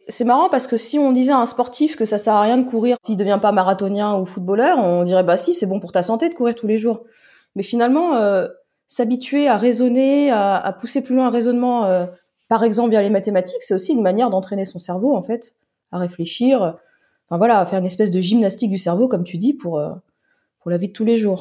c'est marrant parce que si on disait à un sportif que ça sert à rien de courir s'il devient pas marathonien ou footballeur, on dirait bah si, c'est bon pour ta santé de courir tous les jours. Mais finalement, s'habituer à raisonner, à pousser plus loin un raisonnement, par exemple via les mathématiques, c'est aussi une manière d'entraîner son cerveau en fait, à réfléchir, enfin voilà, à faire une espèce de gymnastique du cerveau comme tu dis pour la vie de tous les jours.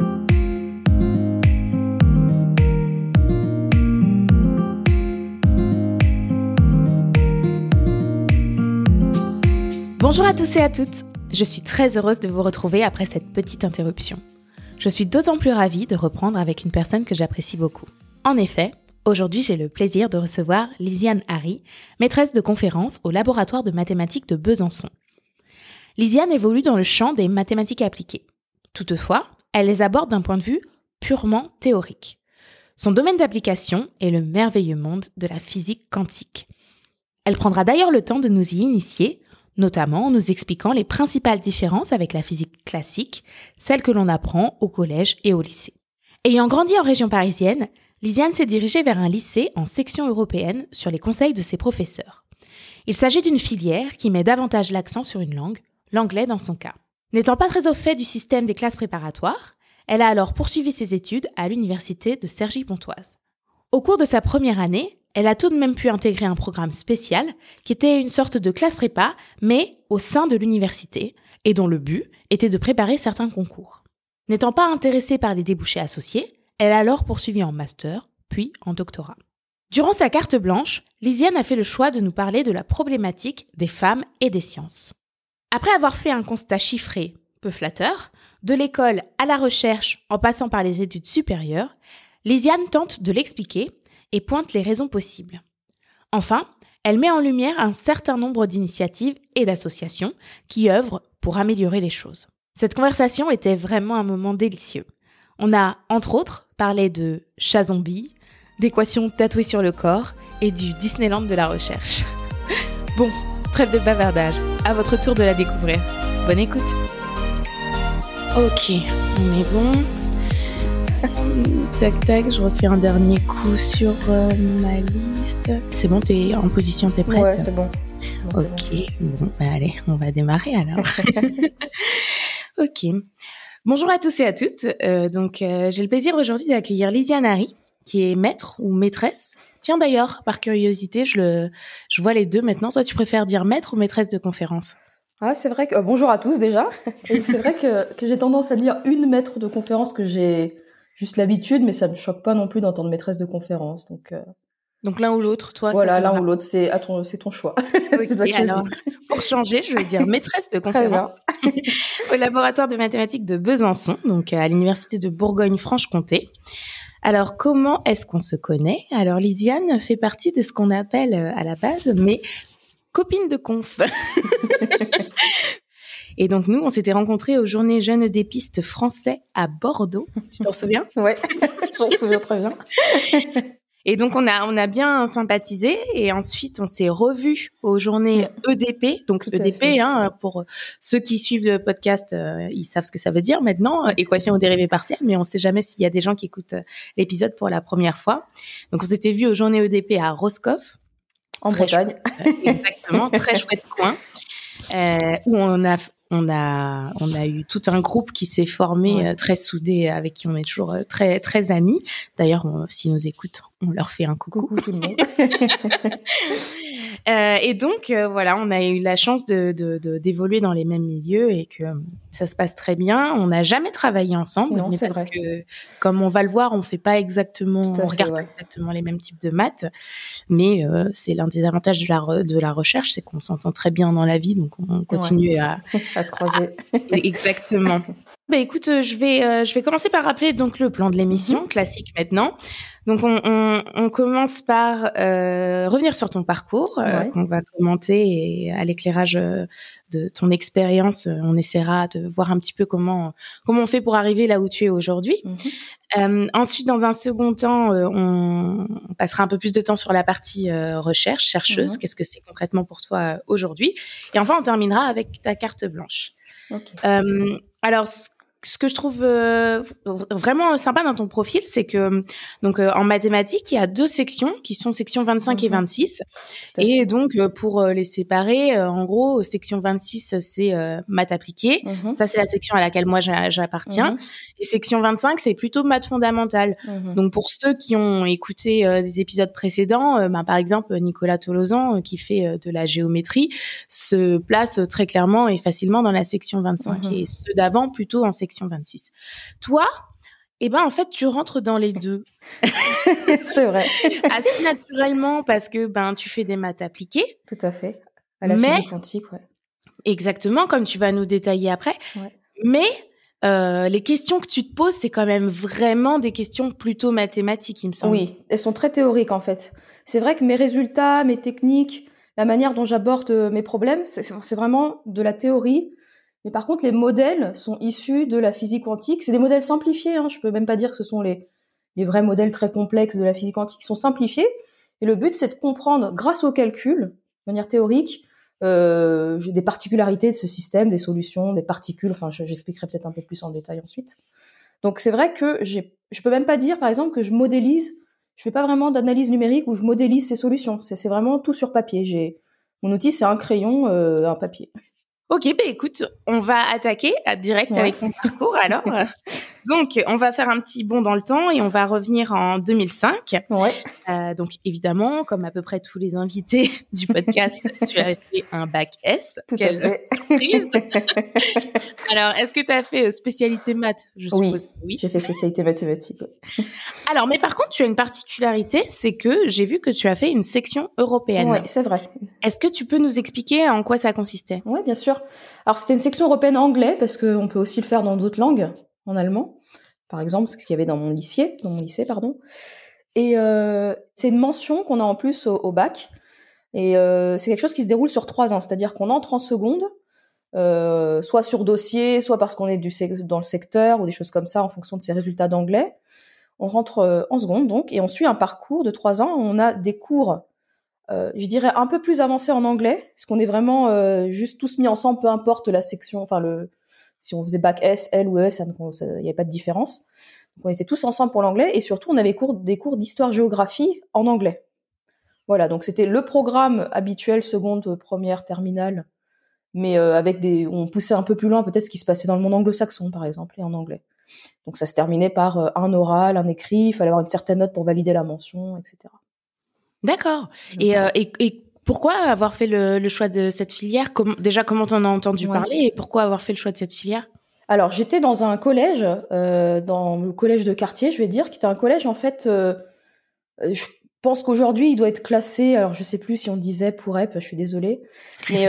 Bonjour à tous et à toutes, je suis très heureuse de vous retrouver après cette petite interruption. Je suis d'autant plus ravie de reprendre avec une personne que j'apprécie beaucoup. En effet, aujourd'hui j'ai le plaisir de recevoir Lisiane Hari, maîtresse de conférences au laboratoire de mathématiques de Besançon. Lisiane évolue dans le champ des mathématiques appliquées. Toutefois, elle les aborde d'un point de vue purement théorique. Son domaine d'application est le merveilleux monde de la physique quantique. Elle prendra d'ailleurs le temps de nous y initier, notamment en nous expliquant les principales différences avec la physique classique, celle que l'on apprend au collège et au lycée. Ayant grandi en région parisienne, Lisiane s'est dirigée vers un lycée en section européenne sur les conseils de ses professeurs. Il s'agit d'une filière qui met davantage l'accent sur une langue, l'anglais dans son cas. N'étant pas très au fait du système des classes préparatoires, elle a alors poursuivi ses études à l'université de Cergy-Pontoise. Au cours de sa première année, elle a tout de même pu intégrer un programme spécial qui était une sorte de classe prépa, mais au sein de l'université, et dont le but était de préparer certains concours. N'étant pas intéressée par les débouchés associés, elle a alors poursuivi en master, puis en doctorat. Durant sa carte blanche, Lisiane a fait le choix de nous parler de la problématique des femmes et des sciences. Après avoir fait un constat chiffré, peu flatteur, de l'école à la recherche en passant par les études supérieures, Lisiane tente de l'expliquer et pointe les raisons possibles. Enfin, elle met en lumière un certain nombre d'initiatives et d'associations qui œuvrent pour améliorer les choses. Cette conversation était vraiment un moment délicieux. On a, entre autres, parlé de chats zombies, d'équations tatouées sur le corps et du Disneyland de la recherche. Bon, trêve de bavardage, à votre tour de la découvrir. Bonne écoute. Ok, on est bon. Tac tac, je refais un dernier coup sur ma liste. C'est bon, t'es en position, t'es prête? Ouais, c'est bon. Ok, bon, bah allez, on va démarrer alors. Ok. Bonjour à tous et à toutes. J'ai le plaisir aujourd'hui d'accueillir Lisiane Hari, qui est maître ou maîtresse. Tiens d'ailleurs, par curiosité, je vois les deux maintenant. Toi, tu préfères dire maître ou maîtresse de conférence? Ah, c'est vrai que bonjour à tous déjà. Et c'est vrai que j'ai tendance à dire une maître de conférence, que j'ai juste l'habitude, mais ça me choque pas non plus d'entendre maîtresse de conférence. Donc l'un ou l'autre, toi, voilà, l'un ou l'autre, c'est ton choix. Okay, c'est toi qui alors, pour changer, je vais dire maîtresse de conférence au laboratoire de mathématiques de Besançon, donc à l'université de Bourgogne-Franche-Comté. Alors, comment est-ce qu'on se connaît? Alors, Lisiane fait partie de ce qu'on appelle à la base mes copines de conf. Et donc, nous, on s'était rencontrés aux Journées Jeunes d'épistes français à Bordeaux. Tu t'en souviens? Ouais, j'en souviens très bien. Et donc, on a bien sympathisé et ensuite, on s'est revus aux Journées EDP. Donc, EDP, pour ceux qui suivent le podcast, ils savent ce que ça veut dire maintenant, équation aux dérivées partielles, mais on ne sait jamais s'il y a des gens qui écoutent l'épisode pour la première fois. Donc, on s'était vus aux Journées EDP à Roscoff. En Bretagne. Exactement, très chouette coin. Où on a eu tout un groupe qui s'est formé, très soudé, avec qui on est toujours très très amis. D'ailleurs, s'ils nous écoutent, on leur fait un coucou. Coucou tout le monde. Et donc voilà, on a eu la chance d'évoluer dans les mêmes milieux et que ça se passe très bien. On n'a jamais travaillé ensemble, non, mais c'est parce vrai. que, comme on va le voir, on regarde pas exactement les mêmes types de maths, mais c'est l'un des avantages de la recherche, c'est qu'on s'entend très bien dans la vie, donc on continue à se croiser. Exactement. Bah écoute, je vais commencer par rappeler donc le plan de l'émission classique maintenant. Donc on commence par revenir sur ton parcours qu'on va commenter, et à l'éclairage de ton expérience, on essaiera de voir un petit peu comment on fait pour arriver là où tu es aujourd'hui. Ensuite, dans un second temps, on passera un peu plus de temps sur la partie recherche, chercheuse. Qu'est-ce que c'est concrètement pour toi aujourd'hui? Et enfin, on terminera avec ta carte blanche. Okay. Alors, ce ce que je trouve vraiment sympa dans ton profil, c'est que donc en mathématiques, il y a 2 sections qui sont section 25 et 26. Et donc pour les séparer, en gros, section 26 c'est maths appliquées. Ça c'est la section à laquelle moi j'appartiens. Et section 25 c'est plutôt maths fondamentales. Donc pour ceux qui ont écouté des épisodes précédents, par exemple Nicolas Tolosan qui fait de la géométrie se place très clairement et facilement dans la section 25 et ceux d'avant plutôt en section 26. Toi, en fait, tu rentres dans les deux. C'est vrai. Assez naturellement parce que tu fais des maths appliquées. Tout à fait. À la physique quantique, ouais. Exactement, comme tu vas nous détailler après. Ouais. Mais les questions que tu te poses, c'est quand même vraiment des questions plutôt mathématiques, il me semble. Oui, elles sont très théoriques en fait. C'est vrai que mes résultats, mes techniques, la manière dont j'aborde mes problèmes, c'est vraiment de la théorie. Mais par contre, les modèles sont issus de la physique quantique. C'est des modèles simplifiés. Je peux même pas dire que ce sont les vrais modèles très complexes de la physique quantique. Ils sont simplifiés. Et le but, c'est de comprendre, grâce au calcul, de manière théorique, des particularités de ce système, des solutions, des particules. Enfin, j'expliquerai peut-être un peu plus en détail ensuite. Donc, c'est vrai que je peux même pas dire, par exemple, que je modélise. Je fais pas vraiment d'analyse numérique où je modélise ces solutions. C'est vraiment tout sur papier. Mon outil, c'est un crayon, un papier. Ok, écoute, on va attaquer direct avec ton parcours alors. Donc, on va faire un petit bond dans le temps et on va revenir en 2005. Ouais. Donc, évidemment, comme à peu près tous les invités du podcast, tu as fait un bac S. Tout à fait. Surprise. Alors, est-ce que tu as fait spécialité maths? Je suppose oui. J'ai fait spécialité mathématiques. Ouais. Alors, mais par contre, tu as une particularité, c'est que j'ai vu que tu as fait une section européenne. Oui, c'est vrai. Est-ce que tu peux nous expliquer en quoi ça consistait? Oui, bien sûr. Alors, c'était une section européenne anglais, parce qu'on peut aussi le faire dans d'autres langues, en allemand, par exemple, ce qu'il y avait dans mon lycée, Et c'est une mention qu'on a en plus au bac. Et c'est quelque chose qui se déroule sur 3 ans, c'est-à-dire qu'on entre en seconde, soit sur dossier, soit parce qu'on est dans le secteur, ou des choses comme ça, en fonction de ses résultats d'anglais. On rentre en seconde, donc, et on suit un parcours de 3 ans. On a des cours, je dirais, un peu plus avancés en anglais, parce qu'on est vraiment juste tous mis ensemble, peu importe la section, si on faisait bac S, L ou ES, il n'y avait pas de différence. Donc on était tous ensemble pour l'anglais, et surtout on avait des cours d'histoire-géographie en anglais. Voilà, donc c'était le programme habituel, seconde, première, terminale, mais on poussait un peu plus loin peut-être ce qui se passait dans le monde anglo-saxon, par exemple, et en anglais. Donc ça se terminait par un oral, un écrit, il fallait avoir une certaine note pour valider la mention, etc. D'accord. Et pourquoi avoir fait le choix de cette filière? Comment t'en as entendu parler et pourquoi avoir fait le choix de cette filière? Alors, j'étais dans un collège, dans le collège de quartier, je vais dire, qui était un collège, en fait, je pense qu'aujourd'hui, il doit être classé, alors je sais plus si on disait PUREP, je suis désolée, mais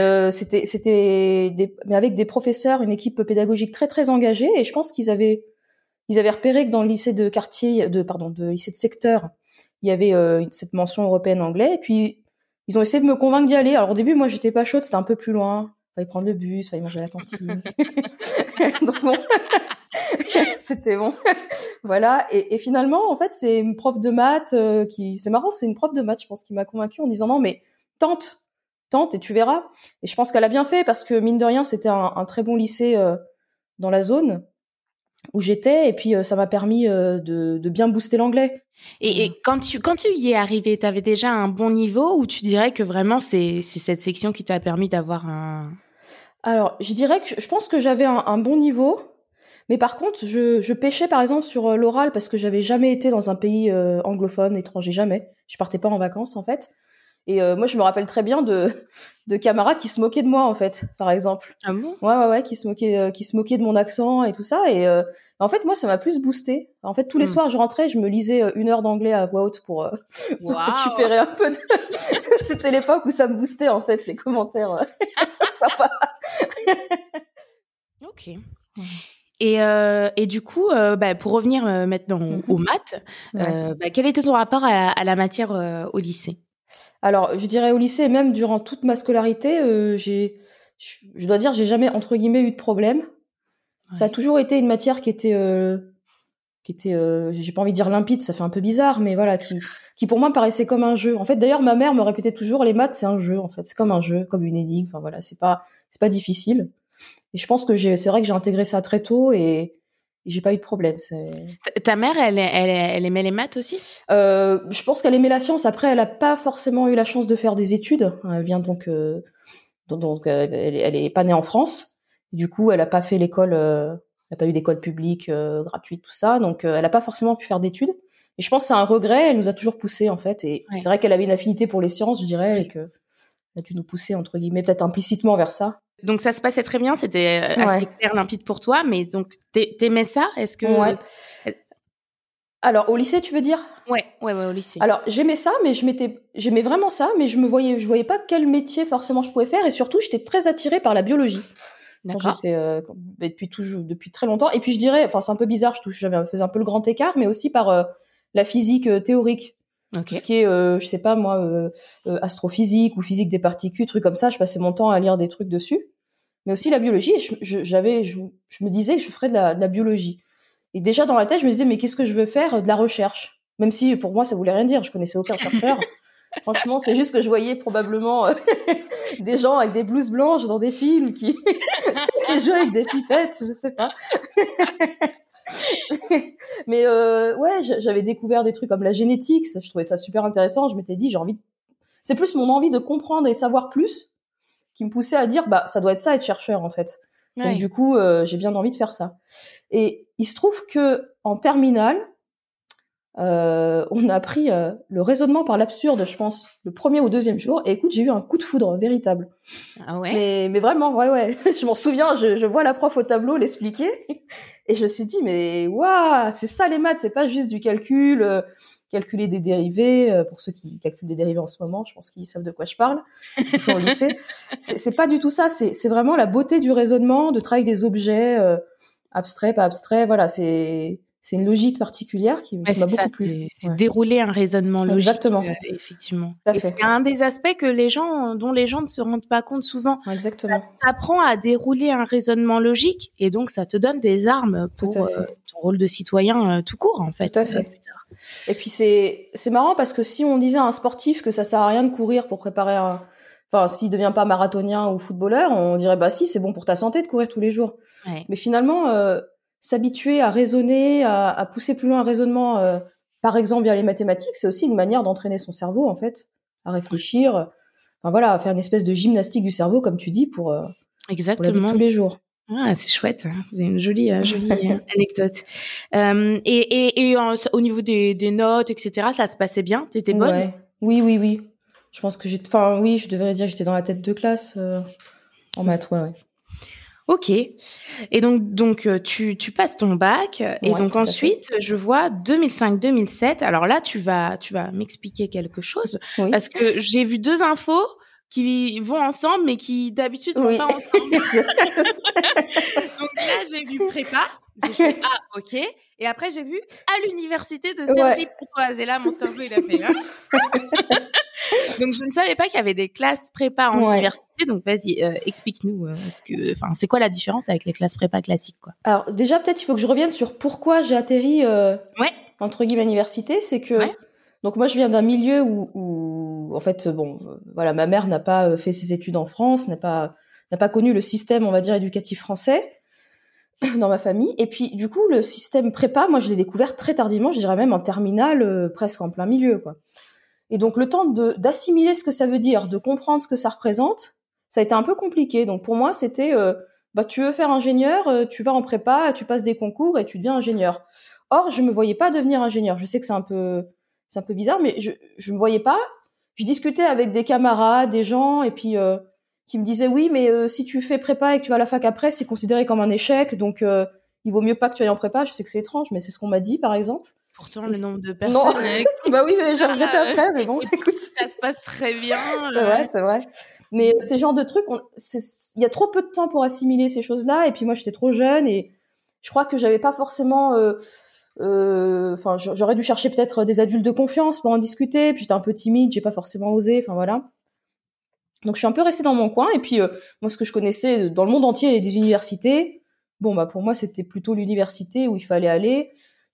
mais avec des professeurs, une équipe pédagogique très, très engagée, et je pense qu'ils avaient repéré que dans le lycée de quartier, de lycée de secteur, il y avait cette mention européenne anglais, et puis ils ont essayé de me convaincre d'y aller. Alors au début, moi, j'étais pas chaude, c'était un peu plus loin. Fallait prendre le bus, fallait manger à la cantine. Donc bon, c'était bon. Voilà. Et finalement, en fait, c'est une prof de maths c'est marrant, c'est une prof de maths, je pense, qui m'a convaincue en disant non, mais tente et tu verras. Et je pense qu'elle a bien fait parce que mine de rien, c'était un très bon lycée dans la zone où j'étais, et puis ça m'a permis de bien booster l'anglais. Et quand tu y es arrivé, t'avais déjà un bon niveau, ou tu dirais que vraiment c'est cette section qui t'a permis d'avoir un... Alors, je dirais que je pense que j'avais un bon niveau, mais par contre, je pêchais par exemple sur l'oral parce que j'avais jamais été dans un pays anglophone, étranger, jamais. Je partais pas en vacances en fait. Et moi, je me rappelle très bien de camarades qui se moquaient de moi, en fait, par exemple. Ah bon? Ouais, qui se moquaient de mon accent et tout ça. Et en fait, moi, ça m'a plus boosté. En fait, tous les soirs, je rentrais, je me lisais 1 heure d'anglais à voix haute pour récupérer un peu de... C'était l'époque où ça me boostait, en fait, les commentaires sympas. Ok. Et du coup, pour revenir maintenant aux maths, quel était ton rapport à la matière au lycée? Alors, je dirais au lycée, même durant toute ma scolarité, je dois dire, j'ai jamais, entre guillemets, eu de problème. Ouais. Ça a toujours été une matière qui était, j'ai pas envie de dire limpide, ça fait un peu bizarre, mais voilà, qui pour moi paraissait comme un jeu. En fait, d'ailleurs, ma mère me répétait toujours, les maths, c'est un jeu, en fait. C'est comme un jeu, comme une énigme. Enfin, voilà, c'est pas difficile. Et je pense que c'est vrai que j'ai intégré ça très tôt, et j'ai pas eu de problème. Ta mère, elle aimait les maths aussi? Je pense qu'elle aimait la science. Après, elle a pas forcément eu la chance de faire des études. Elle vient donc elle est pas née en France. Du coup, elle a pas fait l'école, elle a pas eu d'école publique gratuite, tout ça. Donc, elle a pas forcément pu faire d'études. Et je pense que c'est un regret. Elle nous a toujours poussé en fait. Et c'est vrai qu'elle avait une affinité pour les sciences, je dirais, et que elle a dû nous pousser entre guillemets, peut-être implicitement vers ça. Donc ça se passait très bien, c'était assez clair, limpide pour toi. Mais donc t'aimais ça? Est-ce que Alors, au lycée, tu veux dire? Ouais, au lycée. Alors, j'aimais ça, mais j'aimais vraiment ça, mais je voyais pas quel métier forcément je pouvais faire, et surtout, j'étais très attirée par la biologie. D'accord. Depuis très longtemps. Et puis, je dirais, enfin, c'est un peu bizarre, je faisais un peu le grand écart, mais aussi par la physique théorique. Okay. Tout ce qui est, je sais pas moi, astrophysique ou physique des particules, trucs comme ça, je passais mon temps à lire des trucs dessus. Mais aussi la biologie, et je me disais que je ferais de la biologie. Et déjà dans la tête, je me disais, mais qu'est-ce que je veux faire? De la recherche. Même si pour moi, ça voulait rien dire. Je connaissais aucun chercheur. Franchement, c'est juste que je voyais probablement des gens avec des blouses blanches dans des films qui jouaient avec des pipettes, je sais pas. Mais ouais, j'avais découvert des trucs comme la génétique. Je trouvais ça super intéressant. Je m'étais dit, c'est plus mon envie de comprendre et savoir plus qui me poussait à dire, bah, ça doit être ça, être chercheur, en fait. Ouais. Donc, du coup, j'ai bien envie de faire ça. Et il se trouve que en terminale, on a appris le raisonnement par l'absurde, je pense, le premier ou deuxième jour. Et écoute, j'ai eu un coup de foudre véritable. Ah ouais? Mais vraiment, ouais. Je m'en souviens, je vois la prof au tableau l'expliquer. Et je me suis dit, mais waouh, c'est ça les maths, c'est pas juste du calcul, calculer des dérivés. Pour ceux qui calculent des dérivés en ce moment, je pense qu'ils savent de quoi je parle. Ils sont au lycée. C'est pas du tout ça. C'est vraiment la beauté du raisonnement, de travailler des objets abstraits, pas abstraits. Voilà, c'est une logique particulière qui m'a beaucoup plu. C'est dérouler un raisonnement logique. Exactement. Effectivement. Et c'est un des aspects dont les gens ne se rendent pas compte souvent. Exactement. Ça t'apprend à dérouler un raisonnement logique et donc ça te donne des armes pour ton rôle de citoyen tout court, en fait. Tout à fait. Et puis c'est marrant parce que si on disait à un sportif que ça sert à rien de courir pour préparer s'il devient pas marathonien ou footballeur, on dirait bah si, c'est bon pour ta santé de courir tous les jours. Ouais. Mais finalement, s'habituer à raisonner, à pousser plus loin un raisonnement, par exemple via les mathématiques, c'est aussi une manière d'entraîner son cerveau en fait, à réfléchir, à faire une espèce de gymnastique du cerveau comme tu dis pour la vie de tous les jours. Ah, c'est chouette, c'est une jolie anecdote. Et au niveau des notes, etc., ça se passait bien? T'étais bonne? Ouais. Oui. Je pense que je devrais dire que j'étais dans la tête de classe en maths, ouais. Ok. Et donc tu passes ton bac et donc ensuite je vois 2005-2007. Alors là tu vas m'expliquer quelque chose parce que j'ai vu deux infos qui vont ensemble mais qui d'habitude vont pas ensemble. Donc là j'ai vu prépa. J'ai fait ok. Et après j'ai vu à l'université de Cergy-Pontoise. Et là mon cerveau il a fait. Donc je ne savais pas qu'il y avait des classes prépa en université. Donc vas-y, explique-nous c'est quoi la différence avec les classes prépa classiques, quoi. Alors déjà peut-être il faut que je revienne sur pourquoi j'ai atterri entre guillemets université. C'est que donc moi je viens d'un milieu où en fait ma mère n'a pas fait ses études en France, n'a pas connu le système on va dire éducatif français dans ma famille. Et puis du coup le système prépa, moi je l'ai découvert très tardivement, je dirais même en terminale, presque en plein milieu, quoi. Et donc le temps d'assimiler ce que ça veut dire, de comprendre ce que ça représente, ça a été un peu compliqué. Donc pour moi, c'était tu veux faire ingénieur, tu vas en prépa, tu passes des concours et tu deviens ingénieur. Or, je me voyais pas devenir ingénieur. Je sais que c'est un peu bizarre, mais je me voyais pas. Je discutais avec des camarades, des gens, et puis qui me disaient oui, mais si tu fais prépa et que tu vas à la fac après, c'est considéré comme un échec, donc il vaut mieux pas que tu ailles en prépa. Je sais que c'est étrange, mais c'est ce qu'on m'a dit, par exemple. Pourtant, le nombre de personnes... Bah oui, mais j'ai regretté après, mais bon, écoute. Ça se passe très bien. C'est vrai. Mais ces genres de trucs, il y a trop peu de temps pour assimiler ces choses-là, et puis moi, j'étais trop jeune, et je crois que j'avais pas forcément... j'aurais dû chercher peut-être des adultes de confiance pour en discuter, puis j'étais un peu timide, j'ai pas forcément osé, voilà. Donc je suis un peu restée dans mon coin, et puis moi, ce que je connaissais dans le monde entier, des universités, pour moi, c'était plutôt l'université où il fallait aller.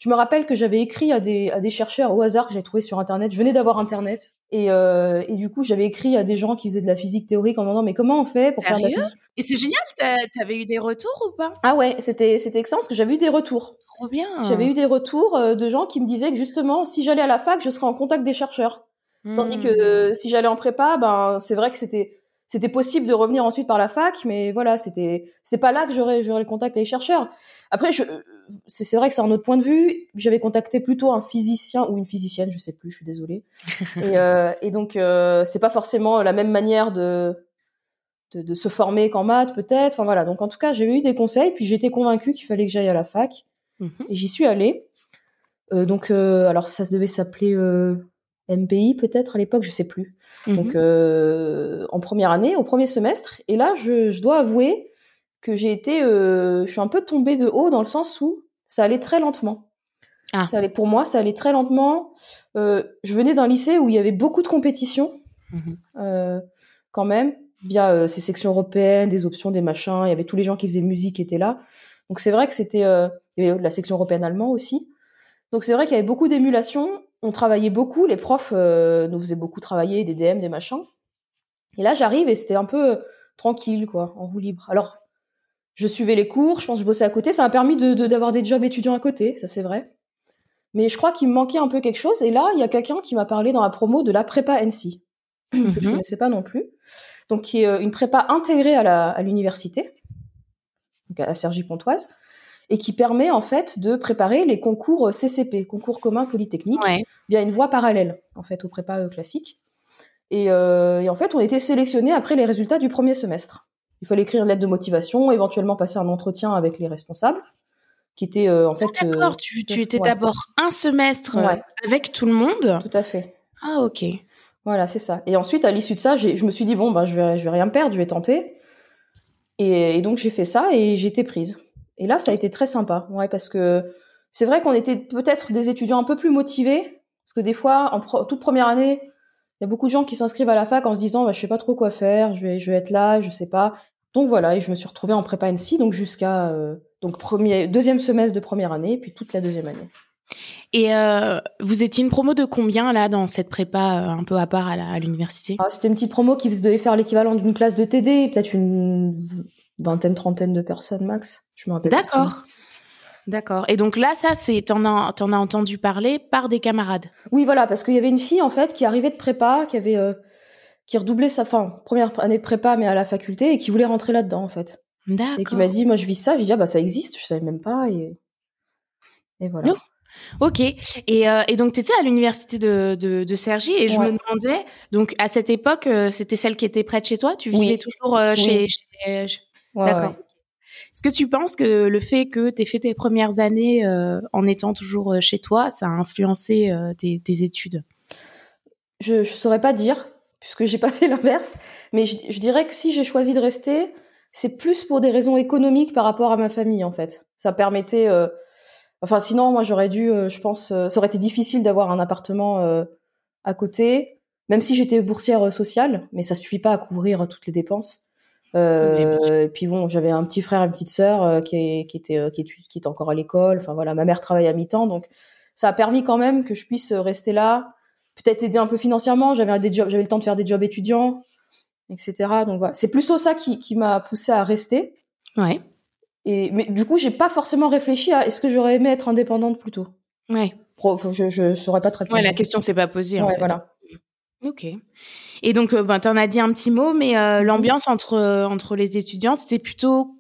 Je me rappelle que j'avais écrit à des chercheurs au hasard que j'avais trouvé sur Internet. Je venais d'avoir Internet. Et du coup, j'avais écrit à des gens qui faisaient de la physique théorique en demandant, mais comment on fait pour faire de la Sérieux? physique? Et c'est génial, t'avais eu des retours ou pas? Ah ouais, c'était excellent parce que j'avais eu des retours. Trop bien. J'avais eu des retours de gens qui me disaient que justement, si j'allais à la fac, je serais en contact des chercheurs. Tandis que si j'allais en prépa, ben c'est vrai que c'était possible de revenir ensuite par la fac, mais voilà, c'était pas là que j'aurais le contact avec les chercheurs. Après, c'est vrai que c'est un autre point de vue. J'avais contacté plutôt un physicien ou une physicienne, je sais plus, je suis désolée. Et donc c'est pas forcément la même manière de se former qu'en maths peut-être. Enfin voilà. Donc en tout cas, j'ai eu des conseils, puis j'étais convaincue qu'il fallait que j'aille à la fac, et j'y suis allée. Alors ça devait s'appeler MPI peut-être à l'époque, je sais plus. Donc en première année, au premier semestre, et là je dois avouer que je suis un peu tombée de haut dans le sens où ça allait très lentement. Pour moi, ça allait très lentement. Je venais d'un lycée où il y avait beaucoup de compétition, quand même, via ces sections européennes, des options, des machins. Il y avait tous les gens qui faisaient musique qui étaient là. Donc c'est vrai que il y avait la section européenne allemand aussi. Donc c'est vrai qu'il y avait beaucoup d'émulation. On travaillait beaucoup, les profs nous faisaient beaucoup travailler, des DM, des machins. Et là, j'arrive et c'était un peu tranquille, quoi, en roue libre. Alors, je suivais les cours, je pense que je bossais à côté. Ça m'a permis d'avoir des jobs étudiants à côté, ça c'est vrai. Mais je crois qu'il me manquait un peu quelque chose. Et là, il y a quelqu'un qui m'a parlé dans la promo de la prépa NC, que je connaissais pas non plus. Donc, qui est une prépa intégrée à l'université, donc à Cergy-Pontoise, et qui permet en fait de préparer les concours CCP, concours commun polytechnique, via une voie parallèle en fait aux prépas classiques. Et en fait, on était sélectionnés après les résultats du premier semestre. Il fallait écrire une lettre de motivation, éventuellement passer un entretien avec les responsables, qui étaient en fait. D'accord, tu étais d'abord un semestre avec tout le monde. Tout à fait. Ah ok. Voilà, c'est ça. Et ensuite, à l'issue de ça, je me suis dit bon, je vais rien perdre, je vais tenter. Et donc j'ai fait ça et j'ai été prise. Et là, ça a été très sympa, parce que c'est vrai qu'on était peut-être des étudiants un peu plus motivés, parce que des fois, en toute première année, il y a beaucoup de gens qui s'inscrivent à la fac en se disant, je sais pas trop quoi faire, je vais être là, je sais pas. Donc voilà, et je me suis retrouvée en prépa NC, donc jusqu'à deuxième semestre de première année, puis toute la deuxième année. Et vous étiez une promo de combien là dans cette prépa un peu à part à l'université? C'était une petite promo qui devait faire l'équivalent d'une classe de TD, peut-être une vingtaine, trentaine de personnes max. Je me rappelle. D'accord. Et donc là, ça, t'en as entendu parler par des camarades? Oui, voilà, parce qu'il y avait une fille en fait qui arrivait de prépa, qui redoublait première année de prépa, mais à la faculté, et qui voulait rentrer là-dedans en fait. D'accord. Et qui m'a dit, moi je vis ça. J'ai dit ça existe, je savais même pas, et voilà. Non. Ok. Et donc t'étais à l'université de Cergy, et je me demandais, donc à cette époque, c'était celle qui était près de chez toi? Tu vivais toujours chez... D'accord. Ouais. Est-ce que tu penses que le fait que t'aies fait tes premières années en étant toujours chez toi, ça a influencé tes études? Je saurais pas dire, puisque j'ai pas fait l'inverse, mais je dirais que si j'ai choisi de rester, c'est plus pour des raisons économiques par rapport à ma famille en fait. Ça permettait... sinon, moi, j'aurais dû, je pense, ça aurait été difficile d'avoir un appartement à côté, même si j'étais boursière sociale, mais ça suffit pas à couvrir toutes les dépenses. Et puis bon, j'avais un petit frère et une petite sœur qui était encore à l'école. Enfin voilà, ma mère travaille à mi-temps, donc ça a permis quand même que je puisse rester là, peut-être aider un peu financièrement. J'avais le temps de faire des jobs étudiants, etc. Donc voilà, c'est plutôt ça qui m'a poussée à rester. Ouais. Mais du coup, j'ai pas forcément réfléchi à est-ce que j'aurais aimé être indépendante plus tôt. Ouais. Je saurais pas très bien. Ouais, la question s'est pas posée en fait. Voilà. Ok. Et donc, t'en as dit un petit mot, mais l'ambiance entre les étudiants, c'était plutôt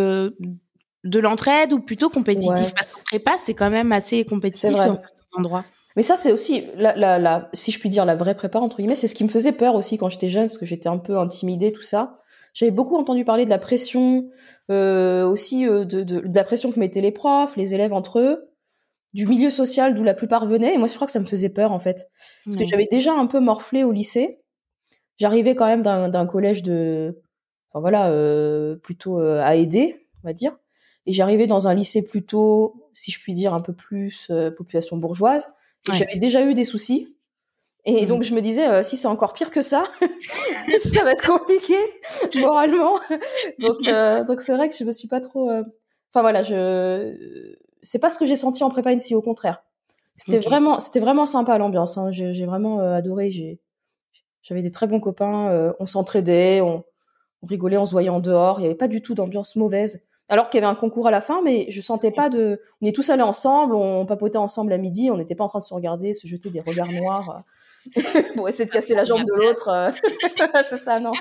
de l'entraide ou plutôt compétitif? Parce qu'en prépa, c'est quand même assez compétitif dans certains endroits. Mais ça, c'est aussi, si je puis dire, la vraie prépa, entre guillemets, c'est ce qui me faisait peur aussi quand j'étais jeune, parce que j'étais un peu intimidée, tout ça. J'avais beaucoup entendu parler de la pression, aussi de la pression que mettaient les profs, les élèves entre eux, du milieu social d'où la plupart venaient. Et moi, je crois que ça me faisait peur, en fait. Parce que j'avais déjà un peu morflé au lycée. J'arrivais quand même d'un collège plutôt à aider, on va dire. Et j'arrivais dans un lycée plutôt, si je puis dire, un peu plus population bourgeoise. Et j'avais déjà eu des soucis. Et donc, je me disais, si c'est encore pire que ça, ça va être compliqué, moralement. Donc c'est vrai que je me suis pas trop... c'est pas ce que j'ai senti en prépa INSI, au contraire. C'était vraiment sympa l'ambiance. Hein. J'ai vraiment adoré. J'avais des très bons copains. On s'entraidait, on rigolait, on se voyait en dehors. Il y avait pas du tout d'ambiance mauvaise. Alors qu'il y avait un concours à la fin, mais je sentais pas de. On est tous allés ensemble, on papotait ensemble à midi. On n'était pas en train de se regarder, se jeter des regards noirs pour essayer de casser la jambe de l'autre. C'est ça, non.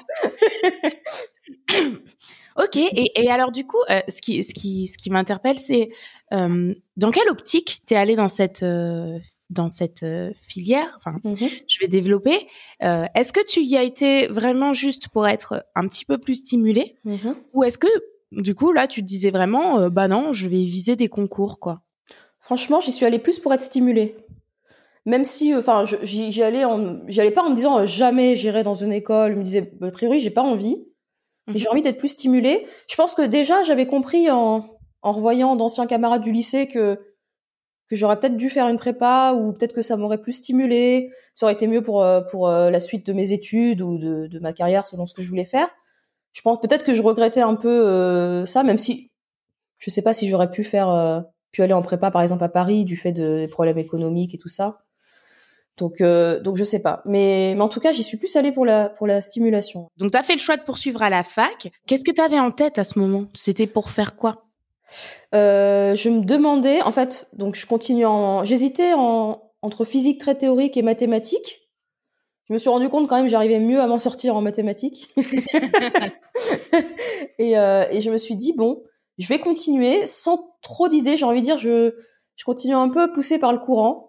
Ok, et alors du coup, ce qui m'interpelle, c'est dans quelle optique t'es allée dans cette filière, enfin, je vais développer. Est-ce que tu y as été vraiment juste pour être un petit peu plus stimulée, ou est-ce que du coup là tu te disais vraiment, bah non, je vais viser des concours, quoi. Franchement, j'y suis allée plus pour être stimulée. Même si, j'y allais pas en me disant jamais j'irai dans une école. Je me disais, a priori, j'ai pas envie. Mais j'ai envie d'être plus stimulée. Je pense que déjà, j'avais compris en revoyant d'anciens camarades du lycée que j'aurais peut-être dû faire une prépa, ou peut-être que ça m'aurait plus stimulée. Ça aurait été mieux pour la suite de mes études ou de ma carrière selon ce que je voulais faire. Je pense peut-être que je regrettais un peu ça, même si je sais pas si j'aurais pu aller en prépa par exemple à Paris du fait des problèmes économiques et tout ça. Donc je sais pas. Mais en tout cas, j'y suis plus allée pour la stimulation. Donc t'as fait le choix de poursuivre à la fac. Qu'est-ce que t'avais en tête à ce moment? C'était pour faire quoi? Je me demandais, en fait, donc j'hésitais entre physique très théorique et mathématiques. Je me suis rendu compte quand même que j'arrivais mieux à m'en sortir en mathématiques. et je me suis dit, bon, je vais continuer sans trop d'idées. J'ai envie de dire, je continue un peu poussée par le courant.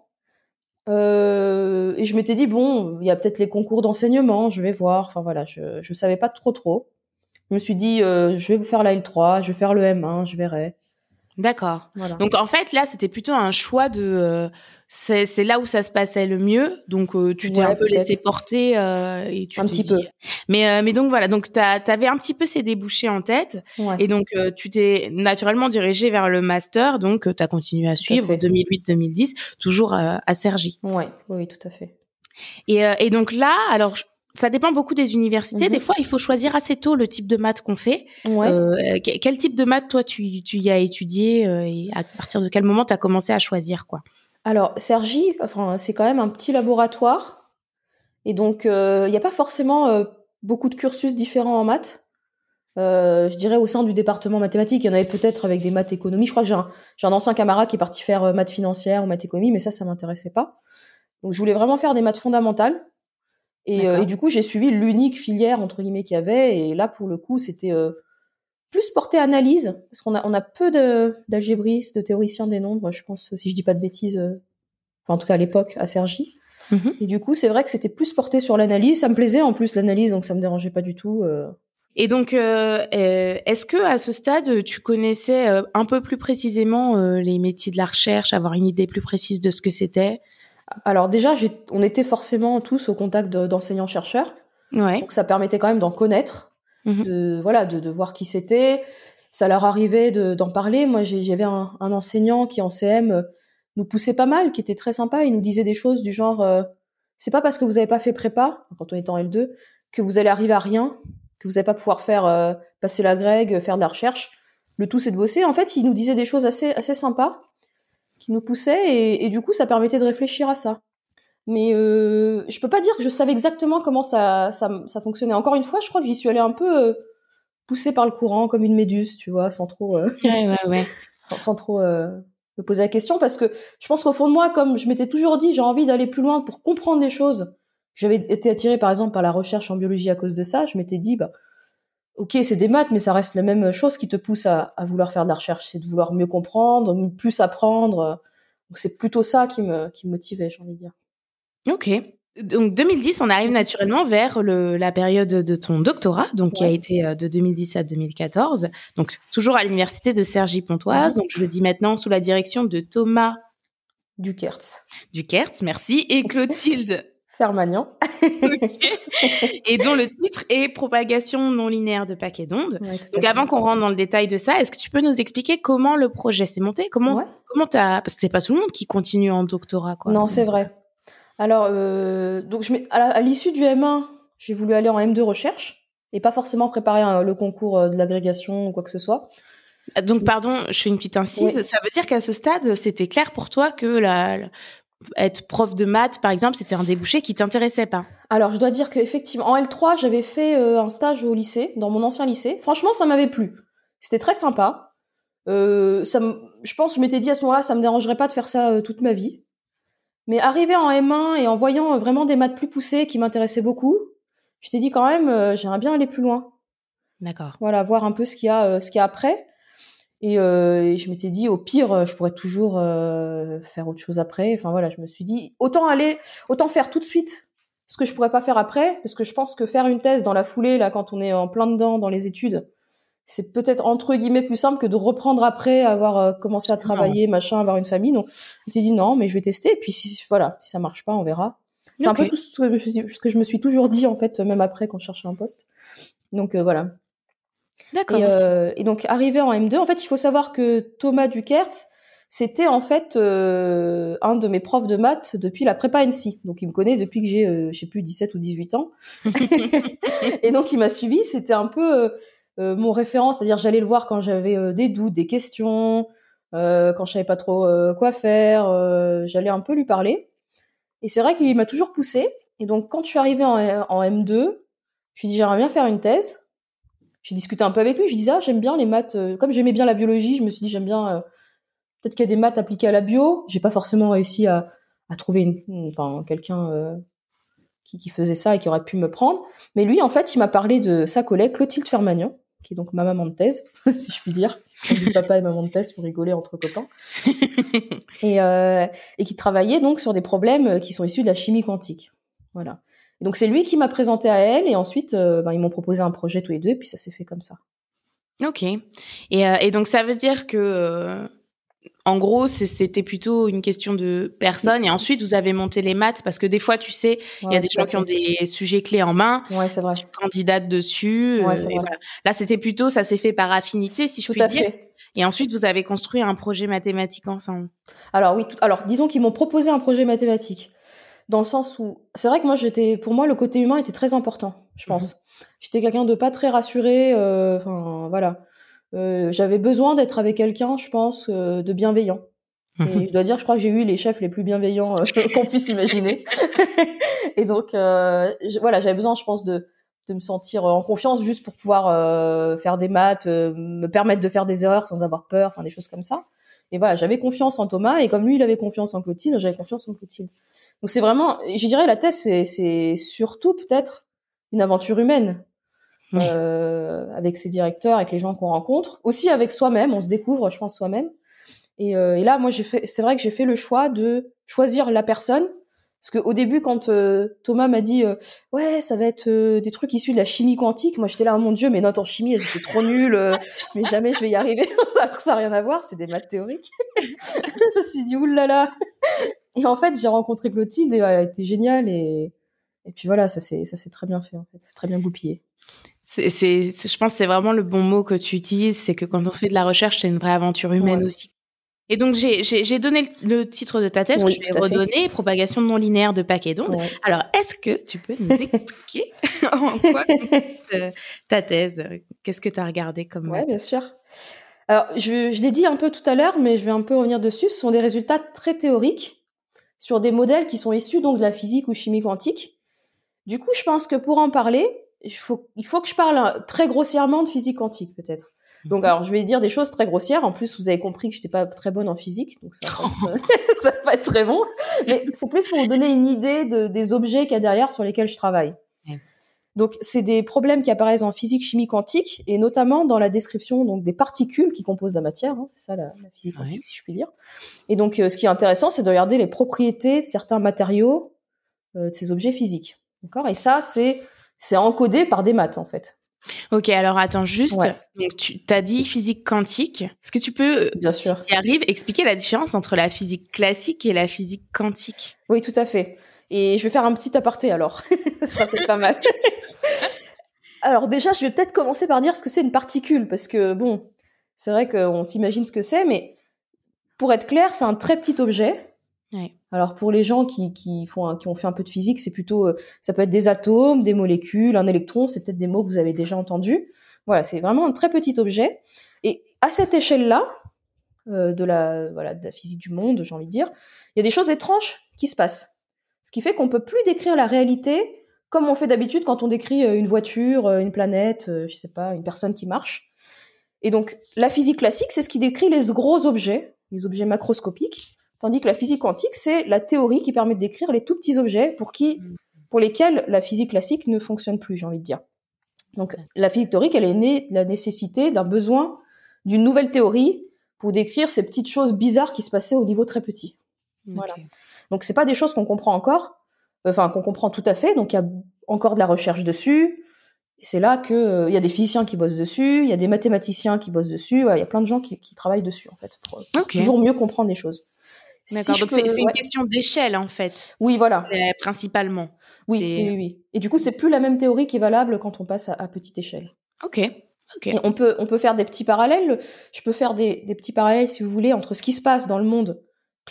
Et je m'étais dit, bon, il y a peut-être les concours d'enseignement, je vais voir. Enfin voilà, je savais pas trop. Je me suis dit, je vais faire la L3, je vais faire le M1, je verrai. D'accord. Voilà. Donc en fait là, c'était plutôt un choix de c'est là où ça se passait le mieux. Donc tu t'es un peu laissé porter et tu un petit peu. Mais donc voilà, donc t'avais un petit peu ces débouchés en tête et donc tu t'es naturellement dirigé vers le master, donc t'as continué à suivre 2008-2010 toujours à Cergy. Oui, tout à fait. Et donc là, alors ça dépend beaucoup des universités. Des fois, il faut choisir assez tôt le type de maths qu'on fait. Quel type de maths, toi, tu y as étudié et à partir de quel moment tu as commencé à choisir, quoi? Alors, Cergy, c'est quand même un petit laboratoire. Et donc, il n'y a pas forcément beaucoup de cursus différents en maths. Je dirais au sein du département mathématiques, il y en avait peut-être avec des maths économie. Je crois que j'ai un ancien camarade qui est parti faire maths financières ou maths économie, mais ça m'intéressait pas. Donc, je voulais vraiment faire des maths fondamentales. Et du coup, j'ai suivi l'unique filière, entre guillemets, qu'il y avait. Et là, pour le coup, c'était plus porté analyse, parce qu'on a peu d'algébristes, de théoriciens des nombres, je pense, si je dis pas de bêtises, en tout cas à l'époque, à Cergy. Et du coup, c'est vrai que c'était plus porté sur l'analyse. Ça me plaisait en plus, l'analyse, donc ça me dérangeait pas du tout. Et donc, est-ce que à ce stade, tu connaissais un peu plus précisément les métiers de la recherche, avoir une idée plus précise de ce que c'était? Alors déjà, on était forcément tous au contact d'enseignants-chercheurs. Donc ça permettait quand même d'en connaître, de voir qui c'était. Ça leur arrivait d'en parler. Moi, j'avais un enseignant qui en CM nous poussait pas mal, qui était très sympa. Il nous disait des choses du genre c'est pas parce que vous avez pas fait prépa quand on était en L2 que vous allez arriver à rien, que vous allez pas pouvoir faire passer la grègue, faire de la recherche. Le tout c'est de bosser. En fait, il nous disait des choses assez sympas qui nous poussaient et du coup ça permettait de réfléchir à ça. Mais je peux pas dire que je savais exactement comment ça fonctionnait. Encore une fois, je crois que j'y suis allée un peu poussée par le courant, comme une méduse, tu vois, sans trop, sans trop me poser la question, parce que je pense qu'au fond de moi, comme je m'étais toujours dit, j'ai envie d'aller plus loin pour comprendre les choses. J'avais été attirée, par exemple, par la recherche en biologie à cause de ça. Je m'étais dit, bah, ok, c'est des maths, mais ça reste la même chose qui te pousse à vouloir faire de la recherche. C'est de vouloir mieux comprendre, plus apprendre. Donc c'est plutôt ça qui me motivait, j'ai envie de dire. Ok. Donc 2010, on arrive naturellement vers la période de ton doctorat, donc qui a été de 2010 à 2014, donc toujours à l'université de Cergy-Pontoise. Donc je le dis maintenant sous la direction de Thomas Dukertz, merci, et Clotilde Fermagnan. Et dont le titre est Propagation non linéaire de paquets d'ondes. Donc avant qu'on rentre dans le détail de ça, est-ce que tu peux nous expliquer comment le projet s'est monté? Comment parce que c'est pas tout le monde qui continue en doctorat, quoi. Non, c'est vrai. Alors, donc à l'issue du M1, j'ai voulu aller en M2 recherche et pas forcément préparer le concours de l'agrégation ou quoi que ce soit. Donc, pardon, je fais une petite incise. Oui. Ça veut dire qu'à ce stade, c'était clair pour toi que être prof de maths, par exemple, c'était un débouché qui t'intéressait pas? Alors, je dois dire qu'effectivement, en L3, j'avais fait un stage au lycée, dans mon ancien lycée. Franchement, ça m'avait plu. C'était très sympa. Je pense, je m'étais dit à ce moment-là, ça me dérangerait pas de faire ça toute ma vie. Mais arrivé en M1 et en voyant vraiment des maths plus poussées qui m'intéressaient beaucoup, je t'ai dit quand même, j'aimerais bien aller plus loin. D'accord. Voilà, voir un peu ce qu'il y a après. Et je m'étais dit, au pire, je pourrais toujours faire autre chose après. Enfin voilà, je me suis dit, autant faire tout de suite ce que je pourrais pas faire après, parce que je pense que faire une thèse dans la foulée, là, quand on est en plein dedans dans les études, c'est peut-être entre guillemets plus simple que de reprendre après, avoir commencé à travailler, machin, avoir une famille. Donc, je m'étais dit non, mais je vais tester. Et puis si ça marche pas, on verra. C'est un peu tout ce que je me suis toujours dit en fait, même après quand je cherchais un poste. Donc voilà. D'accord. Et donc, arrivé en M2, en fait, il faut savoir que Thomas Duquertz, c'était en fait un de mes profs de maths depuis la prépa NC. Donc, il me connaît depuis que j'ai, je sais plus, 17 ou 18 ans. Et donc, il m'a suivi. C'était un peu mon référent. C'est-à-dire, j'allais le voir quand j'avais des doutes, des questions, quand je savais pas trop quoi faire. J'allais un peu lui parler. Et c'est vrai qu'il m'a toujours poussé. Et donc, quand je suis arrivée en M2, je lui ai dit, j'aimerais bien faire une thèse. J'ai discuté un peu avec lui, je disais j'aime bien les maths, comme j'aimais bien la biologie, je me suis dit j'aime bien peut-être qu'il y a des maths appliquées à la bio. J'ai pas forcément réussi à trouver quelqu'un qui faisait ça et qui aurait pu me prendre. Mais lui en fait, il m'a parlé de sa collègue Clotilde Fermagnan, qui est donc ma maman de thèse, si je puis dire. On dit papa et maman de thèse pour rigoler entre copains. Et qui travaillait donc sur des problèmes qui sont issus de la chimie quantique. Voilà. Et donc c'est lui qui m'a présenté à elle et ensuite ils m'ont proposé un projet tous les deux et puis ça s'est fait comme ça. Ok. Et donc ça veut dire que en gros c'était plutôt une question de personne et ensuite vous avez monté les maths parce que des fois tu sais il y a des gens qui ont des sujets clés en main. Ouais, c'est vrai. Tu candidates dessus. Ouais, c'est vrai. Voilà. Là c'était plutôt ça s'est fait par affinité si je puis dire. Fait. Et ensuite vous avez construit un projet mathématique ensemble. Alors oui, alors disons qu'ils m'ont proposé un projet mathématique. Dans le sens où c'est vrai que pour moi le côté humain était très important, je pense. J'étais quelqu'un de pas très rassuré, voilà. J'avais besoin d'être avec quelqu'un, je pense, de bienveillant. Et je dois dire, je crois que j'ai eu les chefs les plus bienveillants qu'on puisse imaginer. Et donc j'avais besoin, je pense, de me sentir en confiance juste pour pouvoir faire des maths, me permettre de faire des erreurs sans avoir peur, enfin des choses comme ça. Et voilà, j'avais confiance en Thomas et comme lui il avait confiance en Clotilde, j'avais confiance en Clotilde. Donc c'est vraiment, je dirais, la thèse, c'est surtout peut-être une aventure humaine avec ses directeurs, avec les gens qu'on rencontre, aussi avec soi-même. On se découvre, je pense, soi-même. Et là, moi, c'est vrai que j'ai fait le choix de choisir la personne, parce que au début, quand Thomas m'a dit, ouais, ça va être des trucs issus de la chimie quantique, moi j'étais là, oh mon Dieu, mes notes en chimie, elles étaient trop nulles, mais jamais je vais y arriver. Ça n'a rien à voir, c'est des maths théoriques. Je me suis dit, oulala. Et en fait, j'ai rencontré Clotilde et elle a été géniale et puis voilà, ça s'est très bien fait en fait, c'est très bien goupillé. Je pense que c'est vraiment le bon mot que tu utilises, c'est que quand on fait de la recherche, c'est une vraie aventure humaine aussi. Et donc j'ai donné le titre de ta thèse, que je vais redonner, propagation non linéaire de paquets d'ondes. Ouais. Alors, est-ce que tu peux nous expliquer en quoi consiste ta thèse? Qu'est-ce que tu as regardé comme Ouais, bien sûr. Alors, je l'ai dit un peu tout à l'heure, mais je vais un peu revenir dessus. Ce sont des résultats très théoriques sur des modèles qui sont issus donc de la physique ou chimie quantique. Du coup, je pense que pour en parler, il faut que je parle très grossièrement de physique quantique, peut-être. Donc, alors, je vais dire des choses très grossières. En plus, vous avez compris que j'étais pas très bonne en physique, donc ça va pas être très bon. Mais c'est plus pour vous donner une idée des objets qu'il y a derrière sur lesquels je travaille. Donc, c'est des problèmes qui apparaissent en physique chimie quantique et notamment dans la description donc des particules qui composent la matière. Hein, c'est ça la physique quantique, si je puis dire. Et donc, ce qui est intéressant, c'est de regarder les propriétés de certains matériaux de ces objets physiques. D'accord ? Et ça, c'est encodé par des maths, en fait. Ok, alors attends, juste, donc tu t'as dit physique quantique. Est-ce que tu peux, bien sûr, si tu y arrives, expliquer la différence entre la physique classique et la physique quantique ? Oui, tout à fait. Et je vais faire un petit aparté, alors. Ça sera peut-être pas mal. Alors déjà, je vais peut-être commencer par dire ce que c'est une particule, parce que, bon, c'est vrai qu'on s'imagine ce que c'est, mais pour être clair, c'est un très petit objet. Ouais. Alors pour les gens qui ont fait un peu de physique, c'est plutôt ça peut être des atomes, des molécules, un électron, c'est peut-être des mots que vous avez déjà entendus. Voilà, c'est vraiment un très petit objet. Et à cette échelle-là, de la physique du monde, j'ai envie de dire, il y a des choses étranges qui se passent. Ce qui fait qu'on peut plus décrire la réalité comme on fait d'habitude quand on décrit une voiture, une planète, je sais pas, une personne qui marche. Et donc, la physique classique, c'est ce qui décrit les gros objets, les objets macroscopiques, tandis que la physique quantique, c'est la théorie qui permet de décrire les tout petits objets pour lesquels la physique classique ne fonctionne plus, j'ai envie de dire. Donc, la physique théorique, elle est née de la nécessité, d'un besoin d'une nouvelle théorie pour décrire ces petites choses bizarres qui se passaient au niveau très petit. Okay. Voilà. Donc, c'est pas des choses qu'on comprend encore, qu'on comprend tout à fait. Donc, il y a encore de la recherche dessus. Et c'est là que il y a des physiciens qui bossent dessus, il y a des mathématiciens qui bossent dessus. Il y a plein de gens qui travaillent dessus, en fait, pour toujours mieux comprendre les choses. D'accord, donc c'est une question d'échelle, en fait. Oui, voilà. Principalement. Oui. Et du coup, c'est plus la même théorie qui est valable quand on passe à petite échelle. Ok. Et on peut faire des petits parallèles. Je peux faire des petits parallèles, si vous voulez, entre ce qui se passe dans le monde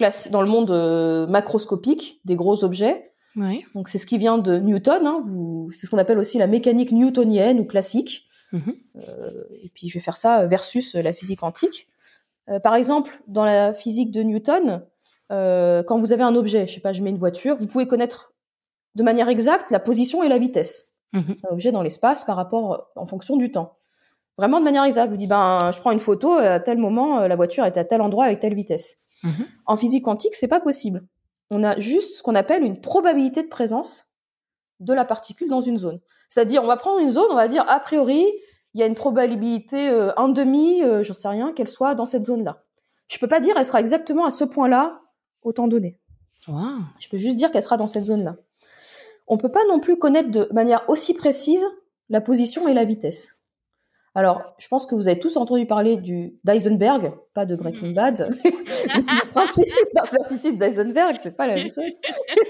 macroscopique, des gros objets. Oui. Donc, c'est ce qui vient de Newton. C'est ce qu'on appelle aussi la mécanique newtonienne ou classique. Et puis, je vais faire ça versus la physique quantique. Par exemple, dans la physique de Newton, quand vous avez un objet, je sais pas, je mets une voiture, vous pouvez connaître de manière exacte la position et la vitesse d'un objet dans l'espace en fonction du temps. Vraiment de manière exacte. Vous dites, je prends une photo, à tel moment, la voiture est à tel endroit avec telle vitesse. En physique quantique, c'est pas possible. On a juste ce qu'on appelle une probabilité de présence de la particule dans une zone. C'est-à-dire, on va prendre une zone, on va dire, a priori, il y a une probabilité 1/2, j'en sais rien, qu'elle soit dans cette zone-là. Je peux pas dire elle sera exactement à ce point-là au temps donné. Wow. Je peux juste dire qu'elle sera dans cette zone-là. On peut pas non plus connaître de manière aussi précise la position et la vitesse. Alors, je pense que vous avez tous entendu parler d'Heisenberg, pas de Breaking Bad. Le principe d'incertitude d'Heisenberg, c'est pas la même chose.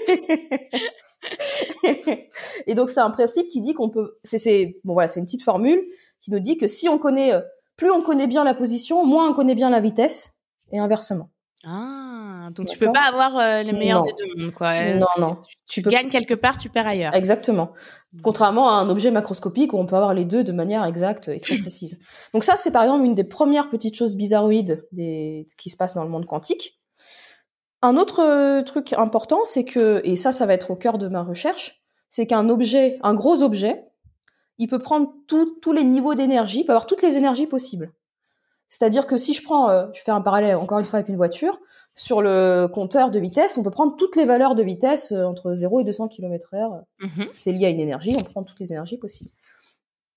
Et donc, c'est un principe qui dit qu'on peut... c'est une petite formule qui nous dit que si on connaît... plus on connaît bien la position, moins on connaît bien la vitesse, et inversement. Ah, donc tu peux pas avoir le meilleur des deux mondes, quoi. Non. Tu gagnes quelque part, tu perds ailleurs. Exactement. Contrairement à un objet macroscopique où on peut avoir les deux de manière exacte et très précise. Donc ça, c'est par exemple une des premières petites choses bizarroïdes qui se passent dans le monde quantique. Un autre truc important, c'est que, et ça va être au cœur de ma recherche, c'est un gros objet, il peut prendre tous les niveaux d'énergie, il peut avoir toutes les énergies possibles. C'est-à-dire que si je fais un parallèle encore une fois avec une voiture, sur le compteur de vitesse, on peut prendre toutes les valeurs de vitesse entre 0 et 200 km/h. C'est lié à une énergie, on peut prendre toutes les énergies possibles. D'accord ?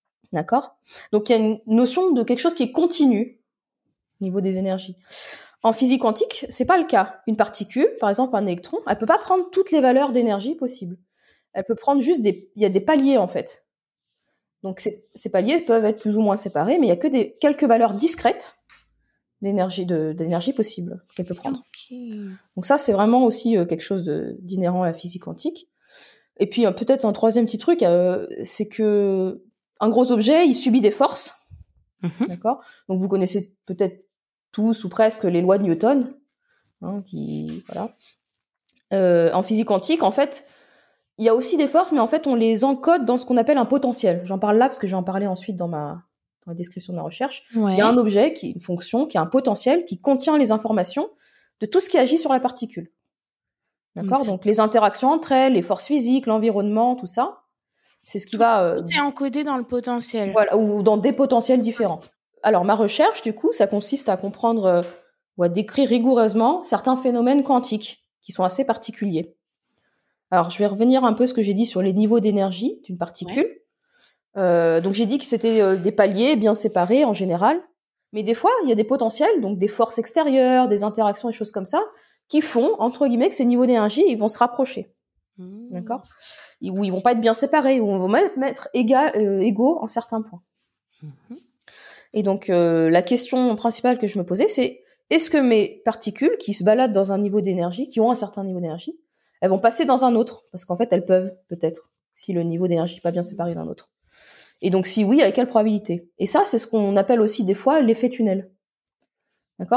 Donc il y a une notion de quelque chose qui est continu au niveau des énergies. En physique quantique, c'est pas le cas. Une particule, par exemple un électron, elle peut pas prendre toutes les valeurs d'énergie possibles. Elle peut prendre juste il y a des paliers en fait. Donc ces paliers peuvent être plus ou moins séparés, mais il y a que quelques valeurs discrètes d'énergie possible qu'elle peut prendre. Okay. Donc ça, c'est vraiment aussi quelque chose d'inhérent à la physique quantique. Et puis peut-être un troisième petit truc, c'est que un gros objet, il subit des forces. D'accord ? Donc vous connaissez peut-être tous ou presque les lois de Newton, en physique quantique, en fait, il y a aussi des forces, mais en fait, on les encode dans ce qu'on appelle un potentiel. J'en parle là parce que je vais en parler ensuite dans la description de ma recherche. Ouais. Il y a un objet, une fonction, qui a un potentiel, qui contient les informations de tout ce qui agit sur la particule. D'accord ? Donc, les interactions entre elles, les forces physiques, l'environnement, tout ça, c'est ce qui va... Tout est encodé dans le potentiel. Voilà, ou dans des potentiels différents. Alors, ma recherche, du coup, ça consiste à comprendre ou à décrire rigoureusement certains phénomènes quantiques qui sont assez particuliers. Alors, je vais revenir un peu ce que j'ai dit sur les niveaux d'énergie d'une particule. Ouais. Donc, j'ai dit que c'était des paliers bien séparés en général. Mais des fois, il y a des potentiels, donc des forces extérieures, des interactions, des choses comme ça, qui font, entre guillemets, que ces niveaux d'énergie, ils vont se rapprocher. D'accord ? Ou ils vont pas être bien séparés, ou on va même être égaux en certains points. Et donc, la question principale que je me posais, c'est est-ce que mes particules qui se baladent dans un niveau d'énergie, qui ont un certain niveau d'énergie, elles vont passer dans un autre, parce qu'en fait, elles peuvent, peut-être, si le niveau d'énergie n'est pas bien séparé d'un autre. Et donc, si oui, avec quelle probabilité ? Et ça, c'est ce qu'on appelle aussi des fois l'effet tunnel. D'accord ?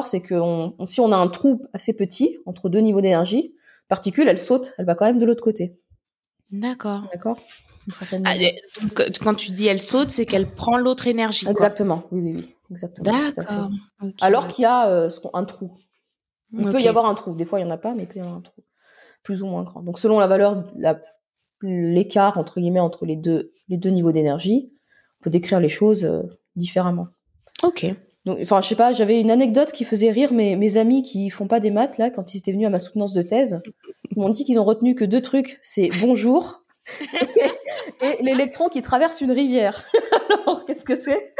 C'est que si on a un trou assez petit, entre deux niveaux d'énergie, particule, elle saute, elle va quand même de l'autre côté. D'accord. Donc, donc, quand tu dis elle saute, c'est qu'elle prend l'autre énergie. Exactement, quoi. Oui. Exactement. Tout à fait. D'accord. Ok. Alors qu'il y a un trou. Il peut Ok. y avoir un trou. Des fois, il n'y en a pas, mais il peut y avoir un trou. Plus ou moins grand. Donc, selon la valeur, l'écart, entre guillemets, entre les deux niveaux d'énergie, on peut décrire les choses différemment. Ok. Donc, enfin, je sais pas, j'avais une anecdote qui faisait rire mes amis qui font pas des maths, là, quand ils étaient venus à ma soutenance de thèse. Ils m'ont dit qu'ils ont retenu que 2 trucs. C'est bonjour et l'électron qui traverse une rivière. Alors, qu'est-ce que c'est?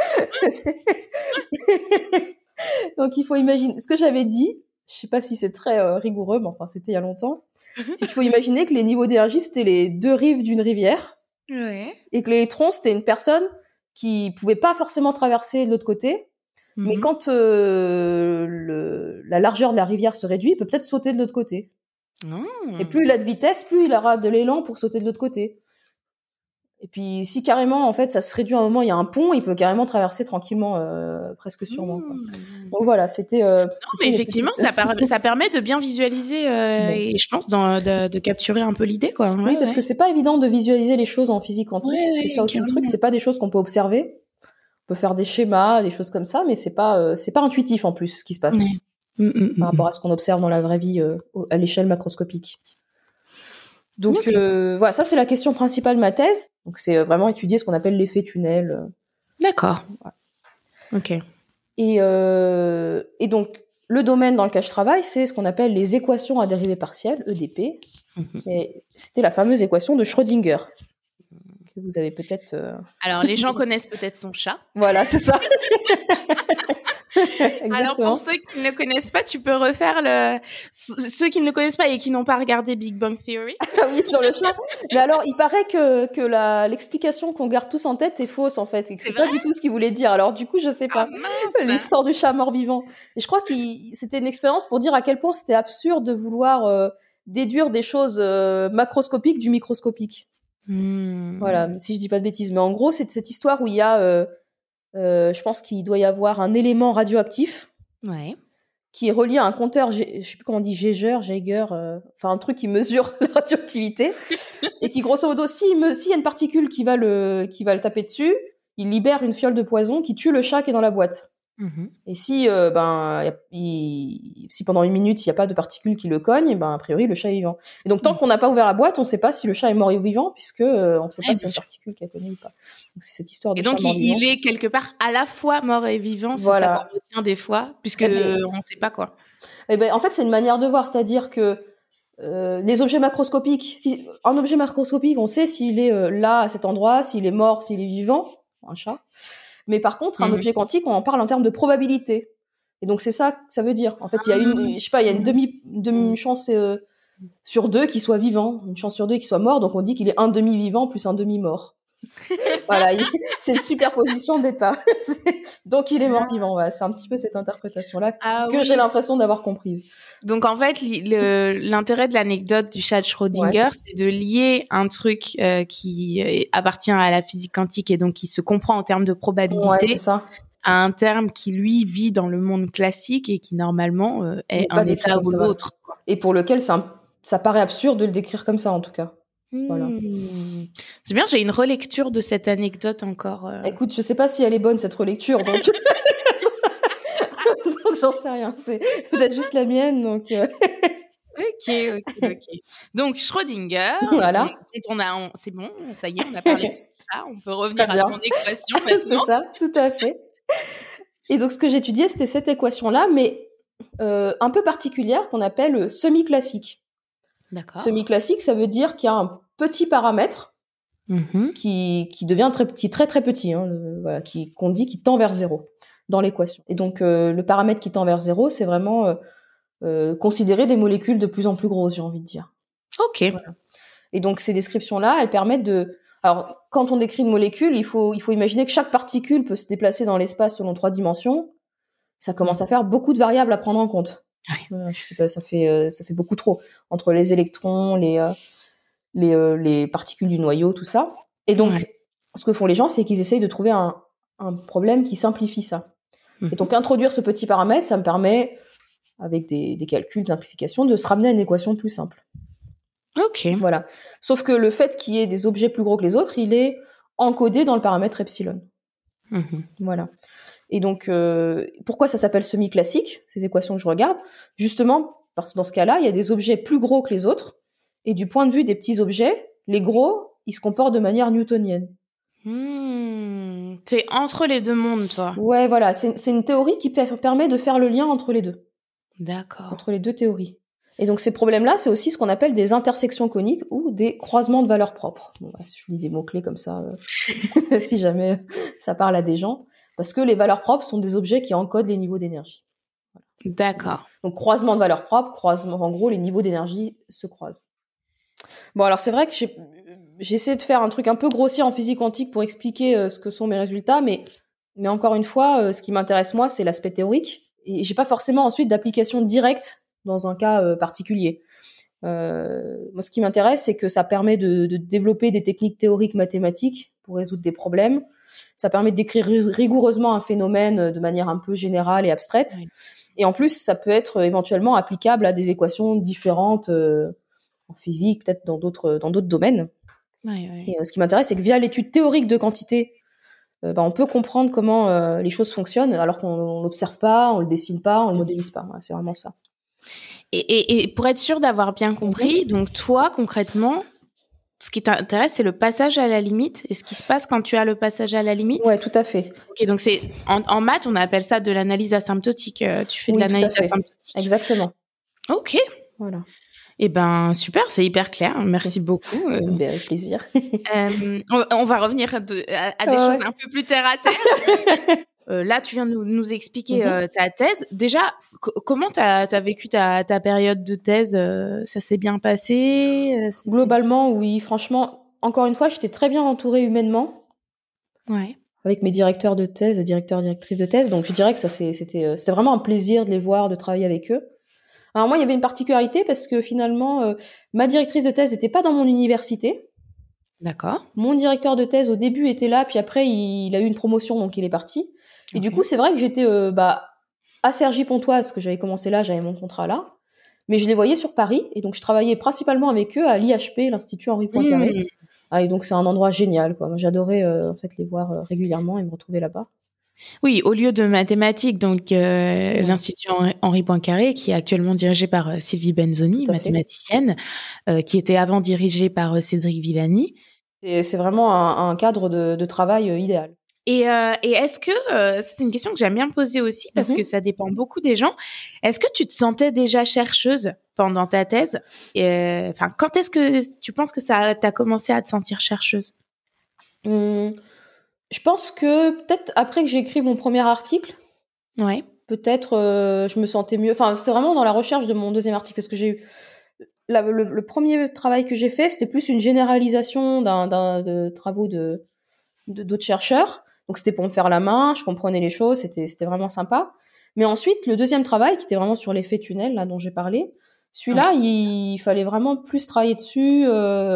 Donc, il faut imaginer. Ce que j'avais dit, je sais pas si c'est très rigoureux, mais enfin, c'était il y a longtemps, c'est qu'il faut imaginer que les niveaux d'énergie, c'était les 2 rives d'une rivière. Ouais. Et que l'électron, c'était une personne qui pouvait pas forcément traverser de l'autre côté. Mais quand la largeur de la rivière se réduit, il peut peut-être sauter de l'autre côté. Et plus il a de vitesse, plus il aura de l'élan pour sauter de l'autre côté. Et puis, si carrément, en fait, ça se réduit à un moment, il y a un pont, il peut carrément traverser tranquillement, presque sûrement. Quoi. Donc voilà, c'était... non, mais effectivement, ça permet de bien visualiser et je pense de capturer un peu l'idée, quoi. Ouais, oui, parce que c'est pas évident de visualiser les choses en physique quantique. C'est ça aussi le truc, c'est pas des choses qu'on peut observer. On peut faire des schémas, des choses comme ça, mais c'est pas intuitif en plus ce qui se passe par rapport à ce qu'on observe dans la vraie vie à l'échelle macroscopique. Donc voilà, ça c'est la question principale de ma thèse. Donc c'est vraiment étudier ce qu'on appelle l'effet tunnel. D'accord. Voilà. Ok. Et donc le domaine dans lequel je travaille, c'est ce qu'on appelle les équations à dérivée partielle, EDP. Et c'était la fameuse équation de Schrödinger. Que vous avez peut-être... Alors, les gens connaissent peut-être son chat. Voilà, c'est ça. Alors, pour ceux qui ne le connaissent pas, tu peux refaire ceux qui ne le connaissent pas et qui n'ont pas regardé Big Bang Theory. Ah oui, sur le chat. Mais alors, il paraît que l'explication qu'on garde tous en tête est fausse, en fait, et que c'est pas du tout ce qu'il voulait dire. Alors, du coup, je sais pas. L'histoire du chat mort-vivant. Et je crois que c'était une expérience pour dire à quel point c'était absurde de vouloir déduire des choses macroscopiques du microscopique. Voilà, si je dis pas de bêtises. Mais en gros, c'est cette histoire où il y a, je pense qu'il doit y avoir un élément radioactif qui est relié à un compteur, je sais plus comment on dit, Geiger, enfin un truc qui mesure la radioactivité et qui, grosso modo, s'il y a une particule qui va le taper dessus, il libère une fiole de poison qui tue le chat qui est dans la boîte. Et si si pendant 1 minute il n'y a pas de particules qui le cognent, a priori le chat est vivant. Et donc tant qu'on n'a pas ouvert la boîte, on ne sait pas si le chat est mort ou vivant, puisque on ne sait pas si c'est une particule qui a cogné ou pas. Donc c'est cette histoire de chat mort-vivant. Et donc il est quelque part à la fois mort et vivant, voilà. C'est ça qu'on retient des fois, puisque on ne sait pas quoi. En fait c'est une manière de voir, c'est-à-dire que les objets macroscopiques, un objet macroscopique, on sait s'il est là à cet endroit, s'il est mort, s'il est vivant, un chat. Mais par contre, un objet quantique, on en parle en termes de probabilité. Et donc, c'est ça que ça veut dire. En fait, il y a une demi chance sur 2 qu'il soit vivant, une chance sur 2 qu'il soit mort. Donc, on dit qu'il est un demi-vivant plus un demi-mort. Voilà, c'est une superposition d'état. Donc, il est mort-vivant. Voilà, c'est un petit peu cette interprétation-là que j'ai l'impression d'avoir comprise. Donc, en fait, l'intérêt de l'anecdote du chat de Schrödinger, c'est de lier un truc qui appartient à la physique quantique et donc qui se comprend en termes de probabilité c'est ça. à un terme qui, lui, vit dans le monde classique et qui, normalement, est un état ou l'autre. Et pour lequel ça paraît absurde de le décrire comme ça, en tout cas. Voilà. C'est bien, j'ai une relecture de cette anecdote encore. Écoute, je sais pas si elle est bonne, cette relecture, donc... donc j'en sais rien, c'est peut-être juste la mienne, donc... Ok. Donc, Schrödinger, voilà. C'est bon, ça y est, on a parlé de ça, on peut revenir à son équation maintenant. C'est ça, tout à fait. Et donc, ce que j'étudiais, c'était cette équation-là, mais un peu particulière, qu'on appelle semi-classique. D'accord. Semi-classique, ça veut dire qu'il y a un petit paramètre qui devient très petit, très très petit, voilà, qu'on dit qui tend vers 0 dans l'équation. Et donc, le paramètre qui tend vers 0, c'est vraiment considérer des molécules de plus en plus grosses, j'ai envie de dire. Ok. Voilà. Et donc, ces descriptions-là, elles permettent de... Alors, quand on décrit une molécule, il faut imaginer que chaque particule peut se déplacer dans l'espace selon 3 dimensions. Ça commence à faire beaucoup de variables à prendre en compte. Ouais. Je sais pas, ça fait beaucoup trop entre les électrons, les particules du noyau, tout ça. Et donc, ce que font les gens, c'est qu'ils essayent de trouver un problème qui simplifie ça. Et donc, introduire ce petit paramètre, ça me permet, avec des calculs, de simplification, de se ramener à une équation plus simple. Ok. Voilà. Sauf que le fait qu'il y ait des objets plus gros que les autres, il est encodé dans le paramètre epsilon. Voilà. Et donc, pourquoi ça s'appelle semi-classique, ces équations que je regarde? Justement, parce que dans ce cas-là, il y a des objets plus gros que les autres, et du point de vue des petits objets, les gros, ils se comportent de manière newtonienne. T'es entre les deux mondes, toi. Ouais, voilà, c'est une théorie qui permet de faire le lien entre les deux. D'accord. Entre les deux théories. Et donc ces problèmes-là, c'est aussi ce qu'on appelle des intersections coniques ou des croisements de valeurs propres. Bon, bah, je dis des mots-clés comme ça, si jamais ça parle à des gens. Parce que les valeurs propres sont des objets qui encodent les niveaux d'énergie. Voilà. D'accord. Donc croisement de valeurs propres, en gros, les niveaux d'énergie se croisent. Bon, alors c'est vrai que j'ai essayé de faire un truc un peu grossier en physique quantique pour expliquer ce que sont mes résultats, mais encore une fois, ce qui m'intéresse moi, c'est l'aspect théorique. Et j'ai pas forcément ensuite d'application directe dans un cas particulier. Moi, ce qui m'intéresse, c'est que ça permet de développer des techniques théoriques mathématiques pour résoudre des problèmes. Ça permet de décrire rigoureusement un phénomène de manière un peu générale et abstraite. Oui. Et en plus, ça peut être éventuellement applicable à des équations différentes en physique, peut-être dans d'autres domaines. Oui. Et ce qui m'intéresse, c'est que via l'étude théorique de quantité, on peut comprendre comment les choses fonctionnent, alors qu'on l'observe pas, on le dessine pas, on le modélise pas. Voilà, c'est vraiment ça. Et pour être sûr d'avoir bien compris, donc toi, concrètement, ce qui t'intéresse, c'est le passage à la limite et ce qui se passe quand tu as le passage à la limite. Ouais, tout à fait. Ok, donc c'est en maths, on appelle ça de l'analyse asymptotique. Tu fais de l'analyse asymptotique. Exactement. Ok. Voilà. Eh ben super, c'est hyper clair. Merci beaucoup. Avec plaisir. On va revenir à des choses un peu plus terre à terre. Là, tu viens de nous expliquer ta thèse. Déjà, comment t'as vécu ta période de thèse? Ça s'est bien passé? Globalement, oui. Franchement, encore une fois, j'étais très bien entourée humainement. Ouais. Avec mes directeurs de thèse, directrices de thèse. Donc, je dirais que c'était vraiment un plaisir de les voir, de travailler avec eux. Alors moi, il y avait une particularité parce que finalement, ma directrice de thèse n'était pas dans mon université. D'accord. Mon directeur de thèse, au début, était là, puis après, il a eu une promotion, donc il est parti. Et du coup, c'est vrai que j'étais à Cergy-Pontoise, que j'avais commencé là, j'avais mon contrat là. Mais je les voyais sur Paris, et donc je travaillais principalement avec eux à l'IHP, l'Institut Henri Poincaré. Et donc c'est un endroit génial, quoi. Moi, j'adorais en fait les voir régulièrement et me retrouver là-bas. Oui, au lieu de mathématiques, donc l'Institut Henri Poincaré, qui est actuellement dirigé par Sylvie Benzoni, mathématicienne, qui était avant dirigée par Cédric Villani. C'est vraiment un cadre de travail idéal. Et est-ce que, c'est une question que j'aime bien poser aussi, parce que ça dépend beaucoup des gens, est-ce que tu te sentais déjà chercheuse pendant ta thèse? Enfin, quand est-ce que tu penses que t'as commencé à te sentir chercheuse? Je pense que peut-être après que j'ai écrit mon premier article, peut-être je me sentais mieux. Enfin, c'est vraiment dans la recherche de mon deuxième article, parce que j'ai eu le premier travail que j'ai fait, c'était plus une généralisation de travaux d'autres chercheurs. Donc c'était pour me faire la main, je comprenais les choses, c'était vraiment sympa. Mais ensuite, le deuxième travail, qui était vraiment sur l'effet tunnel, là dont j'ai parlé, celui-là, il fallait vraiment plus travailler dessus,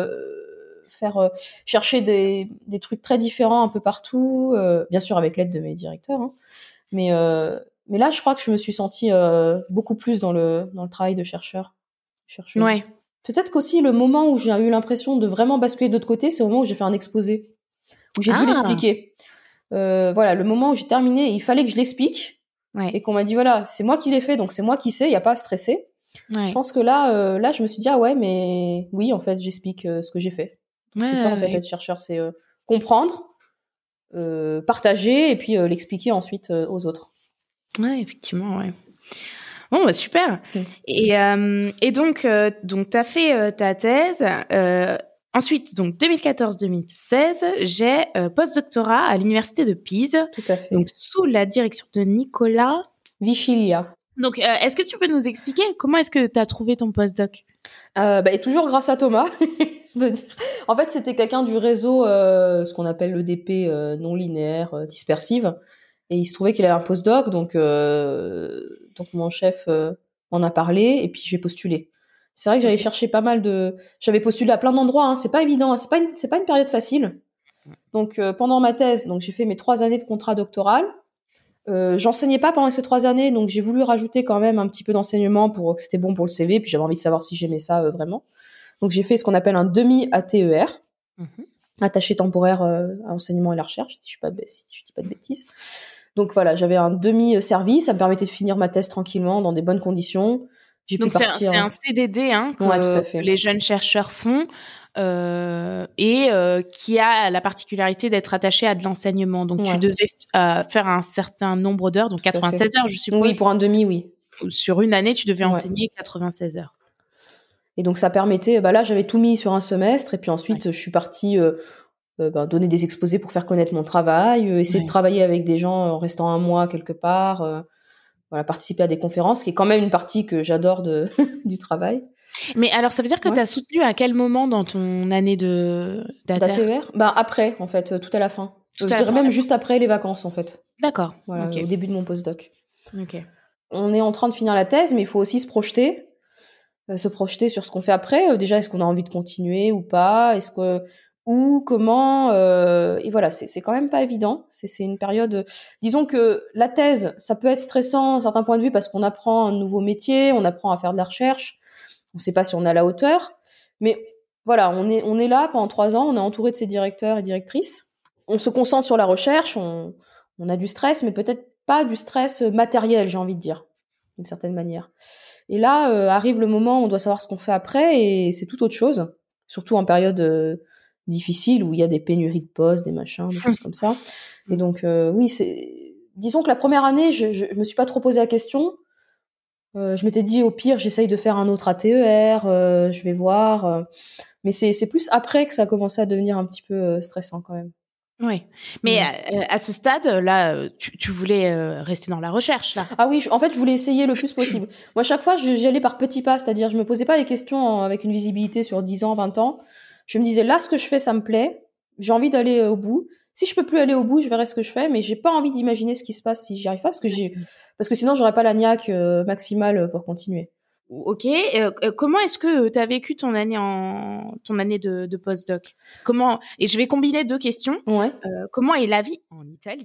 chercher des trucs très différents un peu partout, bien sûr avec l'aide de mes directeurs. Hein. Mais là, je crois que je me suis sentie beaucoup plus dans le travail de chercheuse. Ouais. Peut-être qu'aussi le moment où j'ai eu l'impression de vraiment basculer de l'autre côté, c'est au moment où j'ai fait un exposé, où j'ai dû l'expliquer. Voilà, le moment où j'ai terminé, il fallait que je l'explique, et qu'on m'a dit voilà, c'est moi qui l'ai fait, donc c'est moi qui sais, il y a pas à stresser. Je pense que là, je me suis dit mais oui, en fait, j'explique ce que j'ai fait. C'est ça en fait, être chercheur, c'est comprendre, partager et puis l'expliquer ensuite aux autres. Ouais, effectivement, ouais. Bon, bah, super. Et donc t'as fait ta thèse. Ensuite, donc 2014-2016, j'ai post-doctorat à l'université de Pise. Tout à fait. Donc sous la direction de Nicolas Vichilia. Donc, est-ce que tu peux nous expliquer comment est-ce que tu as trouvé ton postdoc? Et toujours grâce à Thomas, je dois dire. En fait, c'était quelqu'un du réseau, ce qu'on appelle l'EDP non linéaire dispersive. Et il se trouvait qu'il avait un postdoc, donc mon chef m'en a parlé, et puis j'ai postulé. C'est vrai que j'avais cherché pas mal j'avais postulé à plein d'endroits, hein. C'est pas évident, hein. C'est pas une période facile. Donc pendant ma thèse, donc j'ai fait mes 3 années de contrat doctoral. J'enseignais pas pendant ces 3 années, donc j'ai voulu rajouter quand même un petit peu d'enseignement pour que c'était bon pour le CV, puis j'avais envie de savoir si j'aimais ça vraiment. Donc j'ai fait ce qu'on appelle un demi-ATER. attaché temporaire à enseignement et la recherche, si je dis pas de bêtises. Donc voilà, j'avais un demi-service, ça me permettait de finir ma thèse tranquillement dans des bonnes conditions. J'ai pu Donc partir. c'est un CDD Ouais, tout que à fait. les jeunes chercheurs font qui a la particularité d'être attaché à de l'enseignement. Donc tu devais faire un certain nombre d'heures, donc 96 heures, je suppose. Oui, pour un demi, oui. Sur une année, tu devais enseigner 96 heures. Et donc ça permettait, là j'avais tout mis sur un semestre et puis ensuite je suis partie donner des exposés pour faire connaître mon travail, essayer de travailler avec des gens en restant un mois quelque part, participer à des conférences, qui est quand même une partie que j'adore du travail. Mais alors ça veut dire que tu as soutenu à quel moment dans ton année d'ATER? Après, en fait, tout à la fin. Je dirais même juste après les vacances, en fait. D'accord. Voilà, au début de mon postdoc. Ok. On est en train de finir la thèse, mais il faut aussi se projeter sur ce qu'on fait après. Déjà, est-ce qu'on a envie de continuer ou pas? Comment? Et voilà, c'est quand même pas évident. C'est une période. Disons que la thèse, ça peut être stressant à certains points de vue parce qu'on apprend un nouveau métier, on apprend à faire de la recherche. On ne sait pas si on est à la hauteur, mais voilà, on est là pendant 3 ans. On est entouré de ses directeurs et directrices. On se concentre sur la recherche. On a du stress, mais peut-être pas du stress matériel, j'ai envie de dire, d'une certaine manière. Et là, arrive le moment où on doit savoir ce qu'on fait après, et c'est tout autre chose, surtout en période difficile où il y a des pénuries de postes, des machins, des choses comme ça. Et donc, disons que la première année, je me suis pas trop posé la question. Je m'étais dit, au pire, j'essaye de faire un autre ATER, je vais voir. Mais c'est plus après que ça a commencé à devenir un petit peu stressant quand même. Oui, mais à ce stade, là, tu voulais rester dans la recherche, là. Ah oui, en fait, je voulais essayer le plus possible. Moi, chaque fois, j'y allais par petits pas, c'est-à-dire, je me posais pas les questions avec une visibilité sur 10 ans, 20 ans. Je me disais, là, ce que je fais, ça me plaît. J'ai envie d'aller au bout. Si je peux plus aller au bout, je verrai ce que je fais, mais j'ai pas envie d'imaginer ce qui se passe si j'y arrive pas, parce que sinon, j'aurais pas la niaque maximale pour continuer. Ok. Comment est-ce que tu as vécu ton année de postdoc? Comment? Et je vais combiner 2 questions. Ouais. Comment est la vie en Italie?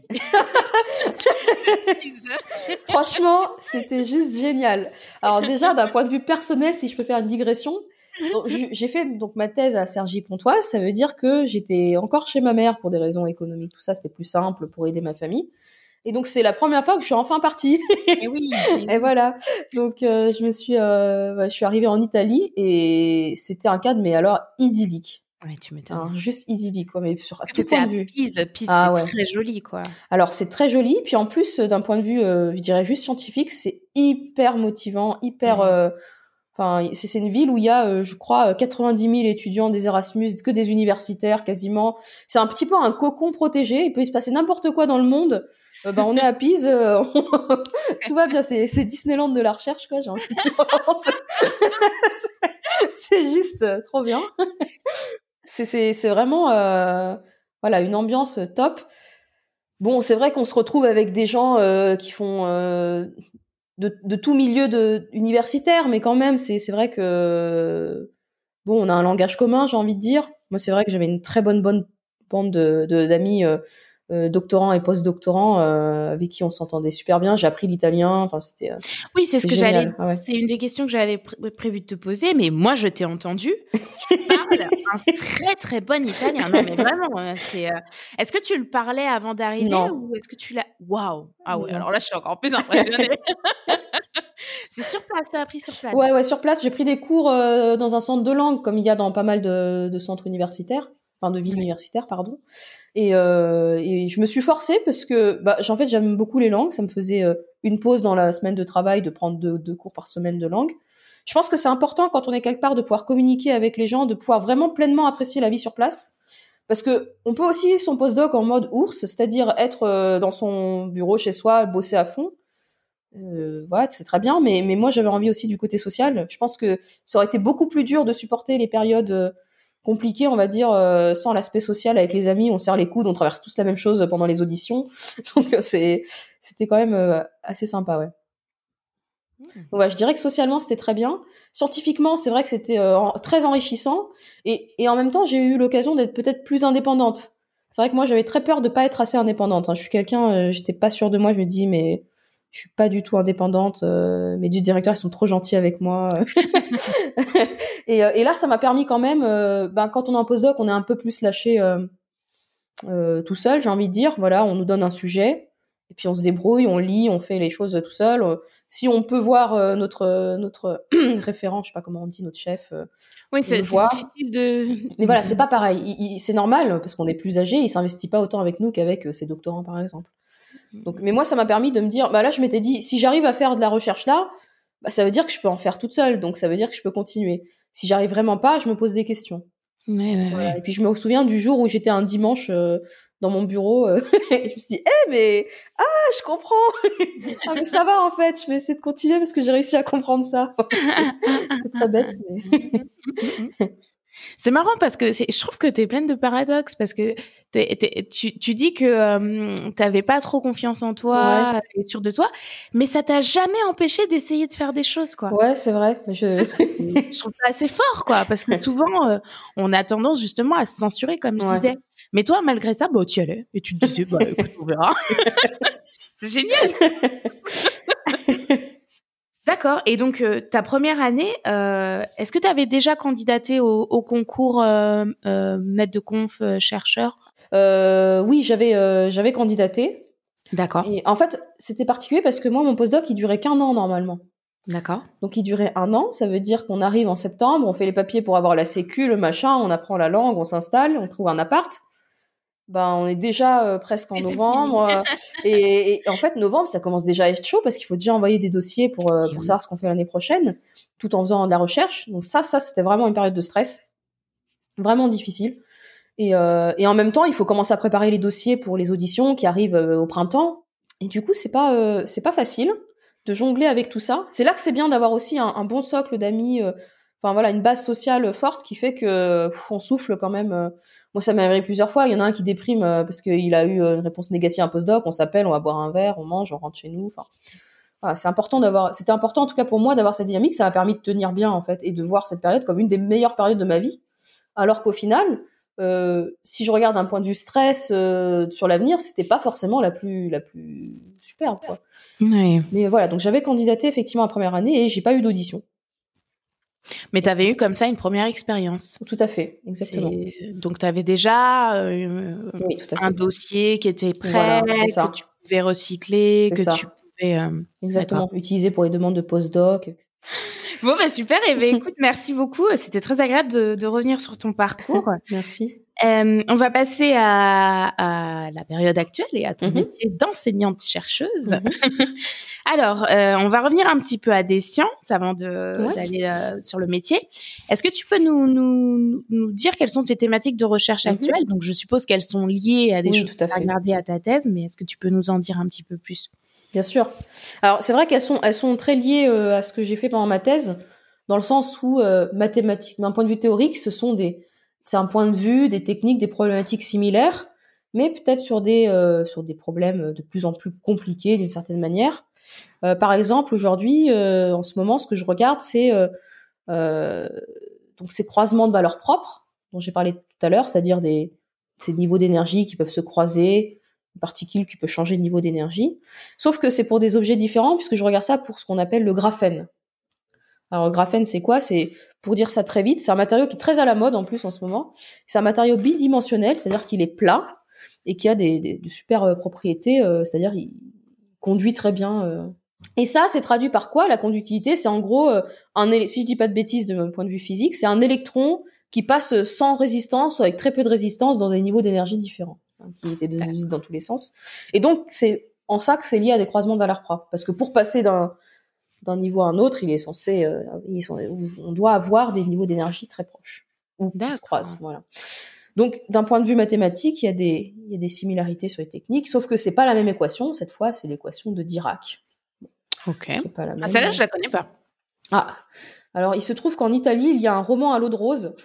Franchement, c'était juste génial. Alors déjà, d'un point de vue personnel, si je peux faire une digression, j'ai fait ma thèse à Cergy-Pontoise. Ça veut dire que j'étais encore chez ma mère pour des raisons économiques. Tout ça, c'était plus simple pour aider ma famille. Et donc, c'est la première fois que je suis enfin partie. Et oui. Et voilà. Donc, je suis arrivée en Italie et c'était un cadre, mais alors idyllique. Ouais, tu m'étonnes. Alors, juste idyllique, quoi, mais sur tout point point de vue. Pise, c'est très joli, quoi. Alors, c'est très joli. Puis en plus, d'un point de vue, je dirais juste scientifique, c'est hyper motivant, c'est une ville où il y a, je crois, 90 000 étudiants des Erasmus, que des universitaires quasiment. C'est un petit peu un cocon protégé. Il peut se passer n'importe quoi dans le monde. On est à Pise, tout va bien. C'est Disneyland de la recherche, quoi. J'ai envie de dire. C'est juste trop bien. C'est vraiment, une ambiance top. Bon, c'est vrai qu'on se retrouve avec des gens qui font de tout milieu universitaire, mais quand même, c'est vrai que on a un langage commun, j'ai envie de dire. Moi, c'est vrai que j'avais une très bonne bande d'amis doctorants et post-doctorants avec qui on s'entendait super bien. J'ai appris l'italien. Enfin, c'était oui, c'est ce que génial. j'allais. Ah ouais. C'est une des questions que j'avais prévu de te poser, mais moi, je t'ai entendu. Tu parles un très très bon italien. Non, mais vraiment, Est-ce que tu le parlais avant d'arriver ou est-ce que tu l'as? Waouh. Ah ouais. Alors là, je suis encore plus impressionnée. C'est sur place, t'as appris sur place? Ouais, sur place. J'ai pris des cours dans un centre de langue, comme il y a dans pas mal de centres universitaires, enfin de villes universitaires, pardon. Et je me suis forcée parce que, en fait, j'aime beaucoup les langues. Ça me faisait une pause dans la semaine de travail de prendre 2 cours par semaine de langue. Je pense que c'est important quand on est quelque part de pouvoir communiquer avec les gens, de pouvoir vraiment pleinement apprécier la vie sur place. Parce que on peut aussi vivre son postdoc en mode ours, c'est-à-dire être dans son bureau chez soi, bosser à fond. Voilà, c'est très bien, mais moi j'avais envie aussi du côté social. Je pense que ça aurait été beaucoup plus dur de supporter les périodes compliquées, on va dire, sans l'aspect social avec les amis. On serre les coudes, on traverse tous la même chose pendant les auditions. Donc c'était quand même assez sympa, ouais. Donc, je dirais que socialement c'était très bien. Scientifiquement, c'est vrai que c'était très enrichissant, et en même temps j'ai eu l'occasion d'être peut-être plus indépendante. C'est vrai que moi j'avais très peur de pas être assez indépendante. Je suis quelqu'un, j'étais pas sûre de moi. Je me dis mais Je suis pas du tout indépendante. Mes deux directeurs, ils sont trop gentils avec moi. Et là, ça m'a permis quand même, quand on est en postdoc, on est un peu plus lâché tout seul, j'ai envie de dire. Voilà, on nous donne un sujet et puis on se débrouille, on lit, on fait les choses tout seul. Si on peut voir notre référent, je sais pas comment on dit, notre chef, Oui, c'est voir. difficile de... Mais voilà, c'est pas pareil. C'est normal parce qu'on est plus âgé, il s'investit pas autant avec nous qu'avec ses doctorants, par exemple. Donc, mais moi, ça m'a permis de me dire, là, je m'étais dit, si j'arrive à faire de la recherche là, ça veut dire que je peux en faire toute seule, donc ça veut dire que je peux continuer. Si j'arrive vraiment pas, je me pose des questions. Ouais. Et puis je me souviens du jour où j'étais un dimanche dans mon bureau, et je me suis dit, je comprends. Ah mais ça va en fait, je vais essayer de continuer parce que j'ai réussi à comprendre ça. C'est très bête, mais. C'est marrant parce que je trouve que t'es pleine de paradoxes parce que tu dis que t'avais pas trop confiance en toi et sûre de toi, mais ça t'a jamais empêché d'essayer de faire des choses, quoi. Ouais, c'est vrai. Je trouve ça assez fort, quoi, parce que souvent on a tendance justement à se censurer, comme je disais. Mais toi, malgré ça, tu y allais et tu te disais, écoute, on verra. C'est génial. D'accord. Et donc, ta première année, est-ce que tu avais déjà candidaté au concours maître de conf chercheur? Oui, j'avais candidaté. D'accord. Et en fait, c'était particulier parce que moi, mon postdoc, il durait qu'1 an normalement. D'accord. Donc, il durait 1 an. Ça veut dire qu'on arrive en septembre, on fait les papiers pour avoir la sécu, le machin, on apprend la langue, on s'installe, on trouve un appart. On est déjà presque en novembre. Et en fait, novembre, ça commence déjà à être chaud parce qu'il faut déjà envoyer des dossiers pour savoir ce qu'on fait l'année prochaine, tout en faisant de la recherche. Donc ça, c'était vraiment une période de stress, vraiment difficile. Et en même temps, il faut commencer à préparer les dossiers pour les auditions qui arrivent au printemps. Et du coup, c'est pas facile de jongler avec tout ça. C'est là que c'est bien d'avoir aussi un bon socle d'amis, une base sociale forte qui fait que on souffle quand même. Moi, ça m'est arrivé plusieurs fois. Il y en a un qui déprime parce qu'il a eu une réponse négative à un postdoc. On s'appelle, on va boire un verre, on mange, on rentre chez nous. Voilà, c'était important en tout cas pour moi d'avoir cette dynamique. Ça m'a permis de tenir bien en fait et de voir cette période comme une des meilleures périodes de ma vie. Alors qu'au final, si je regarde d'un point de vue stress sur l'avenir, c'était pas forcément la plus superbe, quoi. Oui. Mais voilà, donc j'avais candidaté effectivement en première année et j'ai pas eu d'audition. Mais tu avais eu comme ça une première expérience. Tout à fait, exactement. Donc tu avais déjà oui, tout à fait. un dossier qui était prêt, que tu pouvais recycler, tu pouvais exactement utiliser pour les demandes de postdoc. Bon, super. Et écoute, merci beaucoup. C'était très agréable de revenir sur ton parcours. Merci. On va passer à la période actuelle et à ton métier d'enseignante-chercheuse. Alors, on va revenir un petit peu à des sciences avant d'aller sur le métier. Est-ce que tu peux nous dire quelles sont tes thématiques de recherche actuelles? Donc, je suppose qu'elles sont liées à des choses que tu as regardées à ta thèse, mais est-ce que tu peux nous en dire un petit peu plus? Bien sûr. Alors, c'est vrai qu'elles sont très liées à ce que j'ai fait pendant ma thèse, dans le sens où mathématiques, d'un point de vue théorique, c'est un point de vue, des techniques, des problématiques similaires, mais peut-être sur des problèmes de plus en plus compliqués d'une certaine manière. Par exemple, aujourd'hui, en ce moment, ce que je regarde, c'est donc ces croisements de valeurs propres dont j'ai parlé tout à l'heure, c'est-à-dire ces niveaux d'énergie qui peuvent se croiser, une particule qui peut changer de niveau d'énergie. Sauf que c'est pour des objets différents, puisque je regarde ça pour ce qu'on appelle le graphène. Alors, le graphène, c'est quoi? C'est, pour dire ça très vite, c'est un matériau qui est très à la mode en plus en ce moment. C'est un matériau bidimensionnel, c'est-à-dire qu'il est plat et qui a de super propriétés, c'est-à-dire il conduit très bien. Et ça, c'est traduit par quoi? La conductivité, c'est en gros, si je dis pas de bêtises de mon point de vue physique, c'est un électron qui passe sans résistance, avec très peu de résistance, dans des niveaux d'énergie différents, qui fait bzzz dans tous les sens. Et donc, c'est en ça que c'est lié à des croisements de valeurs propres. Parce que pour passer d'un niveau à un autre, il est censé, on doit avoir des niveaux d'énergie très proches, ou qui se croisent, voilà. Donc, d'un point de vue mathématique, il y a des similarités sur les techniques, sauf que c'est pas la même équation. Cette fois, c'est l'équation de Dirac. Ok. Pas la même. Celle-là, je la connais pas. Ah. Alors, il se trouve qu'en Italie, il y a un roman à l'eau de rose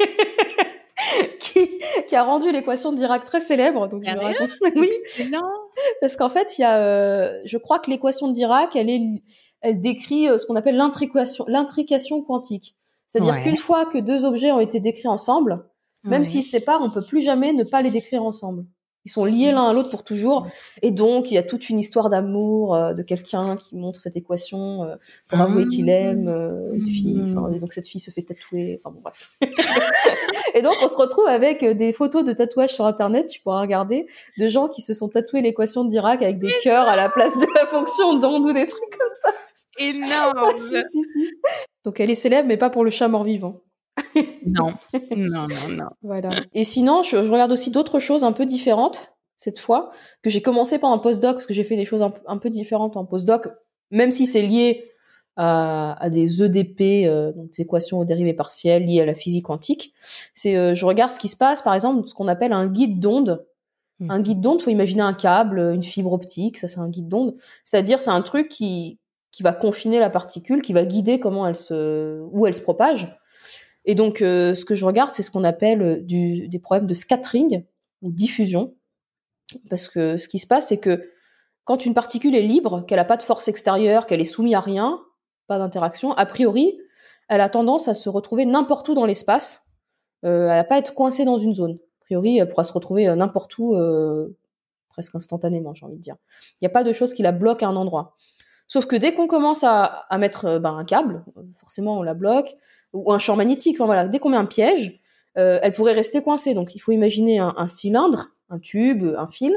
qui a rendu l'équation de Dirac très célèbre. Donc, je raconte. Oui. Non. Parce qu'en fait, il y a, je crois que l'équation de Dirac, elle décrit ce qu'on appelle l'intrication quantique. C'est-à-dire qu'une fois que deux objets ont été décrits ensemble, même s'ils se séparent, on peut plus jamais ne pas les décrire ensemble. Ils sont liés l'un à l'autre pour toujours. Et donc, il y a toute une histoire d'amour de quelqu'un qui montre cette équation pour avouer qu'il aime une fille. Enfin, et donc, cette fille se fait tatouer. Enfin, bon, bref. Et donc, on se retrouve avec des photos de tatouages sur Internet, tu pourras regarder, de gens qui se sont tatoués l'équation de Dirac avec des cœurs à la place de la fonction d'onde ou des trucs comme ça. Énorme. Si. Donc, elle est célèbre, mais pas pour le chat mort-vivant. Non. Voilà. Et sinon, je regarde aussi d'autres choses un peu différentes, cette fois, que j'ai commencé pendant le postdoc, parce que j'ai fait des choses un peu différentes en postdoc, même si c'est lié à des EDP, donc des équations aux dérivées partielles liées à la physique quantique. Je regarde ce qui se passe, par exemple, ce qu'on appelle un guide d'onde. Un guide d'onde, faut imaginer un câble, une fibre optique, ça c'est un guide d'onde. C'est-à-dire, c'est un truc qui va confiner la particule, qui va guider où elle se propage. Et donc, ce que je regarde, c'est ce qu'on appelle des problèmes de scattering ou diffusion. Parce que ce qui se passe, c'est que quand une particule est libre, qu'elle n'a pas de force extérieure, qu'elle est soumise à rien, pas d'interaction, a priori, elle a tendance à se retrouver n'importe où dans l'espace. Elle va pas être coincée dans une zone. A priori, elle pourra se retrouver n'importe où, presque instantanément, j'ai envie de dire. Il n'y a pas de chose qui la bloque à un endroit. Sauf que dès qu'on commence à mettre un câble, forcément on la bloque, ou un champ magnétique, enfin voilà, dès qu'on met un piège, elle pourrait rester coincée. Donc il faut imaginer un cylindre, un tube, un fil.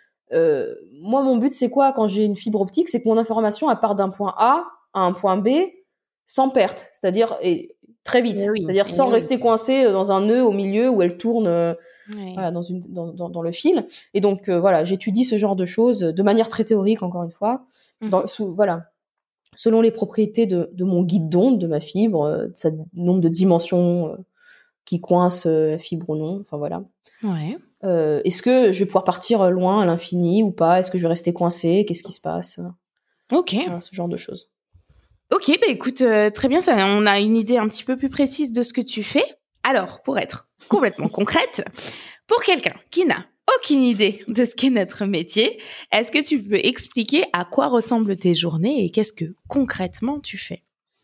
Moi, mon but, c'est quoi quand j'ai une fibre optique? C'est que mon information, elle part d'un point A à un point B sans perte, c'est-à-dire très vite, c'est-à-dire sans rester coincée dans un nœud au milieu où elle tourne voilà, dans le fil. Et donc voilà, j'étudie ce genre de choses de manière très théorique, encore une fois. Voilà, selon les propriétés de mon guide d'onde, de ma fibre, sa nombre de dimensions qui coince la fibre ou non, enfin voilà. Ouais. Est-ce que je vais pouvoir partir loin à l'infini ou pas? Est-ce que je vais rester coincée? Qu'est-ce qui se passe? Ok. Voilà, ce genre de choses. Ok, bah écoute, très bien, ça, on a une idée un petit peu plus précise de ce que tu fais. Alors, pour être complètement concrète, pour quelqu'un qui n'a aucune idée de ce qu'est notre métier, est-ce que tu peux expliquer à quoi ressemblent tes journées et qu'est-ce que concrètement tu fais?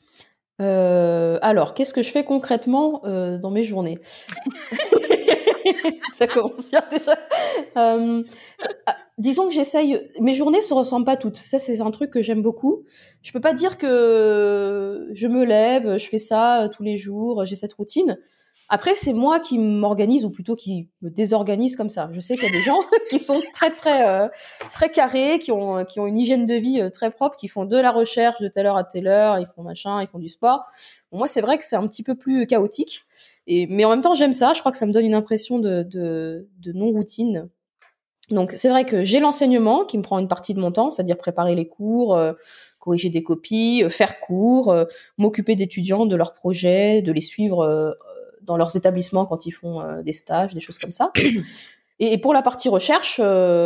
Alors, qu'est-ce que je fais concrètement dans mes journées? Ça commence bien déjà. Disons que j'essaye. Mes journées se ressemblent pas toutes. Ça, c'est un truc que j'aime beaucoup. Je peux pas dire que je me lève, je fais ça tous les jours, j'ai cette routine. Après, c'est moi qui m'organise, ou plutôt qui me désorganise comme ça. Je sais qu'il y a des gens qui sont très carrés, qui ont une hygiène de vie très propre, qui font de la recherche de telle heure à telle heure, ils font machin, ils font du sport. Bon, moi, c'est vrai que c'est un petit peu plus chaotique. Mais en même temps, j'aime ça. Je crois que ça me donne une impression de non-routine. Donc, c'est vrai que j'ai l'enseignement qui me prend une partie de mon temps, c'est-à-dire préparer les cours, corriger des copies, faire cours, m'occuper d'étudiants, de leurs projets, de les suivre dans leurs établissements quand ils font des stages, des choses comme ça. Et pour la partie recherche,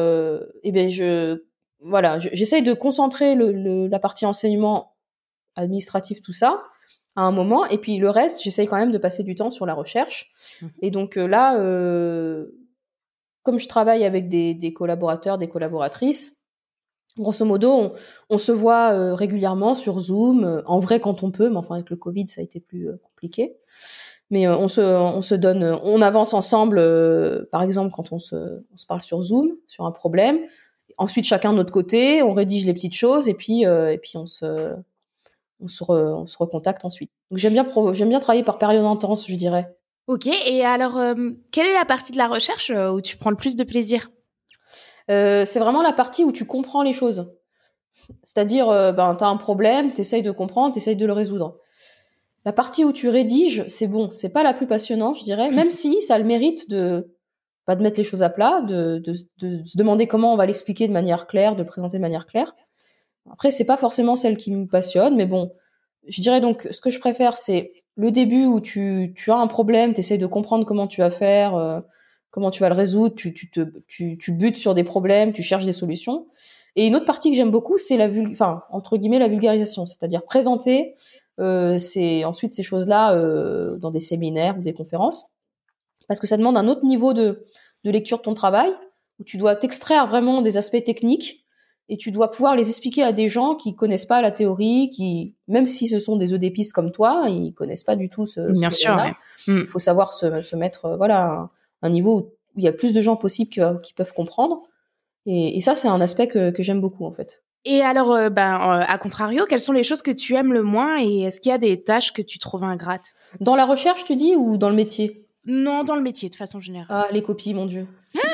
j'essaye de concentrer la partie enseignement administratif, tout ça, à un moment, et puis le reste, j'essaye quand même de passer du temps sur la recherche. Et donc là, comme je travaille avec des collaborateurs, des collaboratrices, grosso modo, on se voit régulièrement sur Zoom, en vrai quand on peut, mais enfin avec le Covid, ça a été plus compliqué. Mais on se donne, on avance ensemble, par exemple quand on se parle sur Zoom, sur un problème. Ensuite, chacun de notre côté, on rédige les petites choses, et puis on se recontacte ensuite. Donc j'aime bien travailler par période intense, je dirais. Ok, et alors, quelle est la partie de la recherche où tu prends le plus de plaisir? C'est vraiment la partie où tu comprends les choses. C'est-à-dire, t'as un problème, t'essayes de comprendre, t'essayes de le résoudre. La partie où tu rédiges, c'est bon, c'est pas la plus passionnante, je dirais, même si ça a le mérite de mettre les choses à plat, de se demander comment on va l'expliquer de manière claire, de le présenter de manière claire. Après, c'est pas forcément celle qui me passionne, mais bon, je dirais donc, ce que je préfère, c'est le début où tu as un problème, t'essayes de comprendre comment tu vas faire, comment tu vas le résoudre, tu butes sur des problèmes, tu cherches des solutions. Et une autre partie que j'aime beaucoup, c'est entre guillemets, la vulgarisation, c'est-à-dire présenter ensuite ces choses-là dans des séminaires ou des conférences, parce que ça demande un autre niveau de lecture de ton travail, où tu dois t'extraire vraiment des aspects techniques, et tu dois pouvoir les expliquer à des gens qui connaissent pas la théorie, qui, même si ce sont des EDPistes comme toi, ils connaissent pas du tout ce Bien sûr, domaine-là. Il faut savoir se mettre, voilà, un niveau où il y a plus de gens possibles qui peuvent comprendre. Et ça, c'est un aspect que j'aime beaucoup, en fait. Et alors, à contrario, quelles sont les choses que tu aimes le moins et est-ce qu'il y a des tâches que tu trouves ingrates? Dans la recherche, tu dis, ou dans le métier? Non, dans le métier, de façon générale. Ah, les copies, mon Dieu.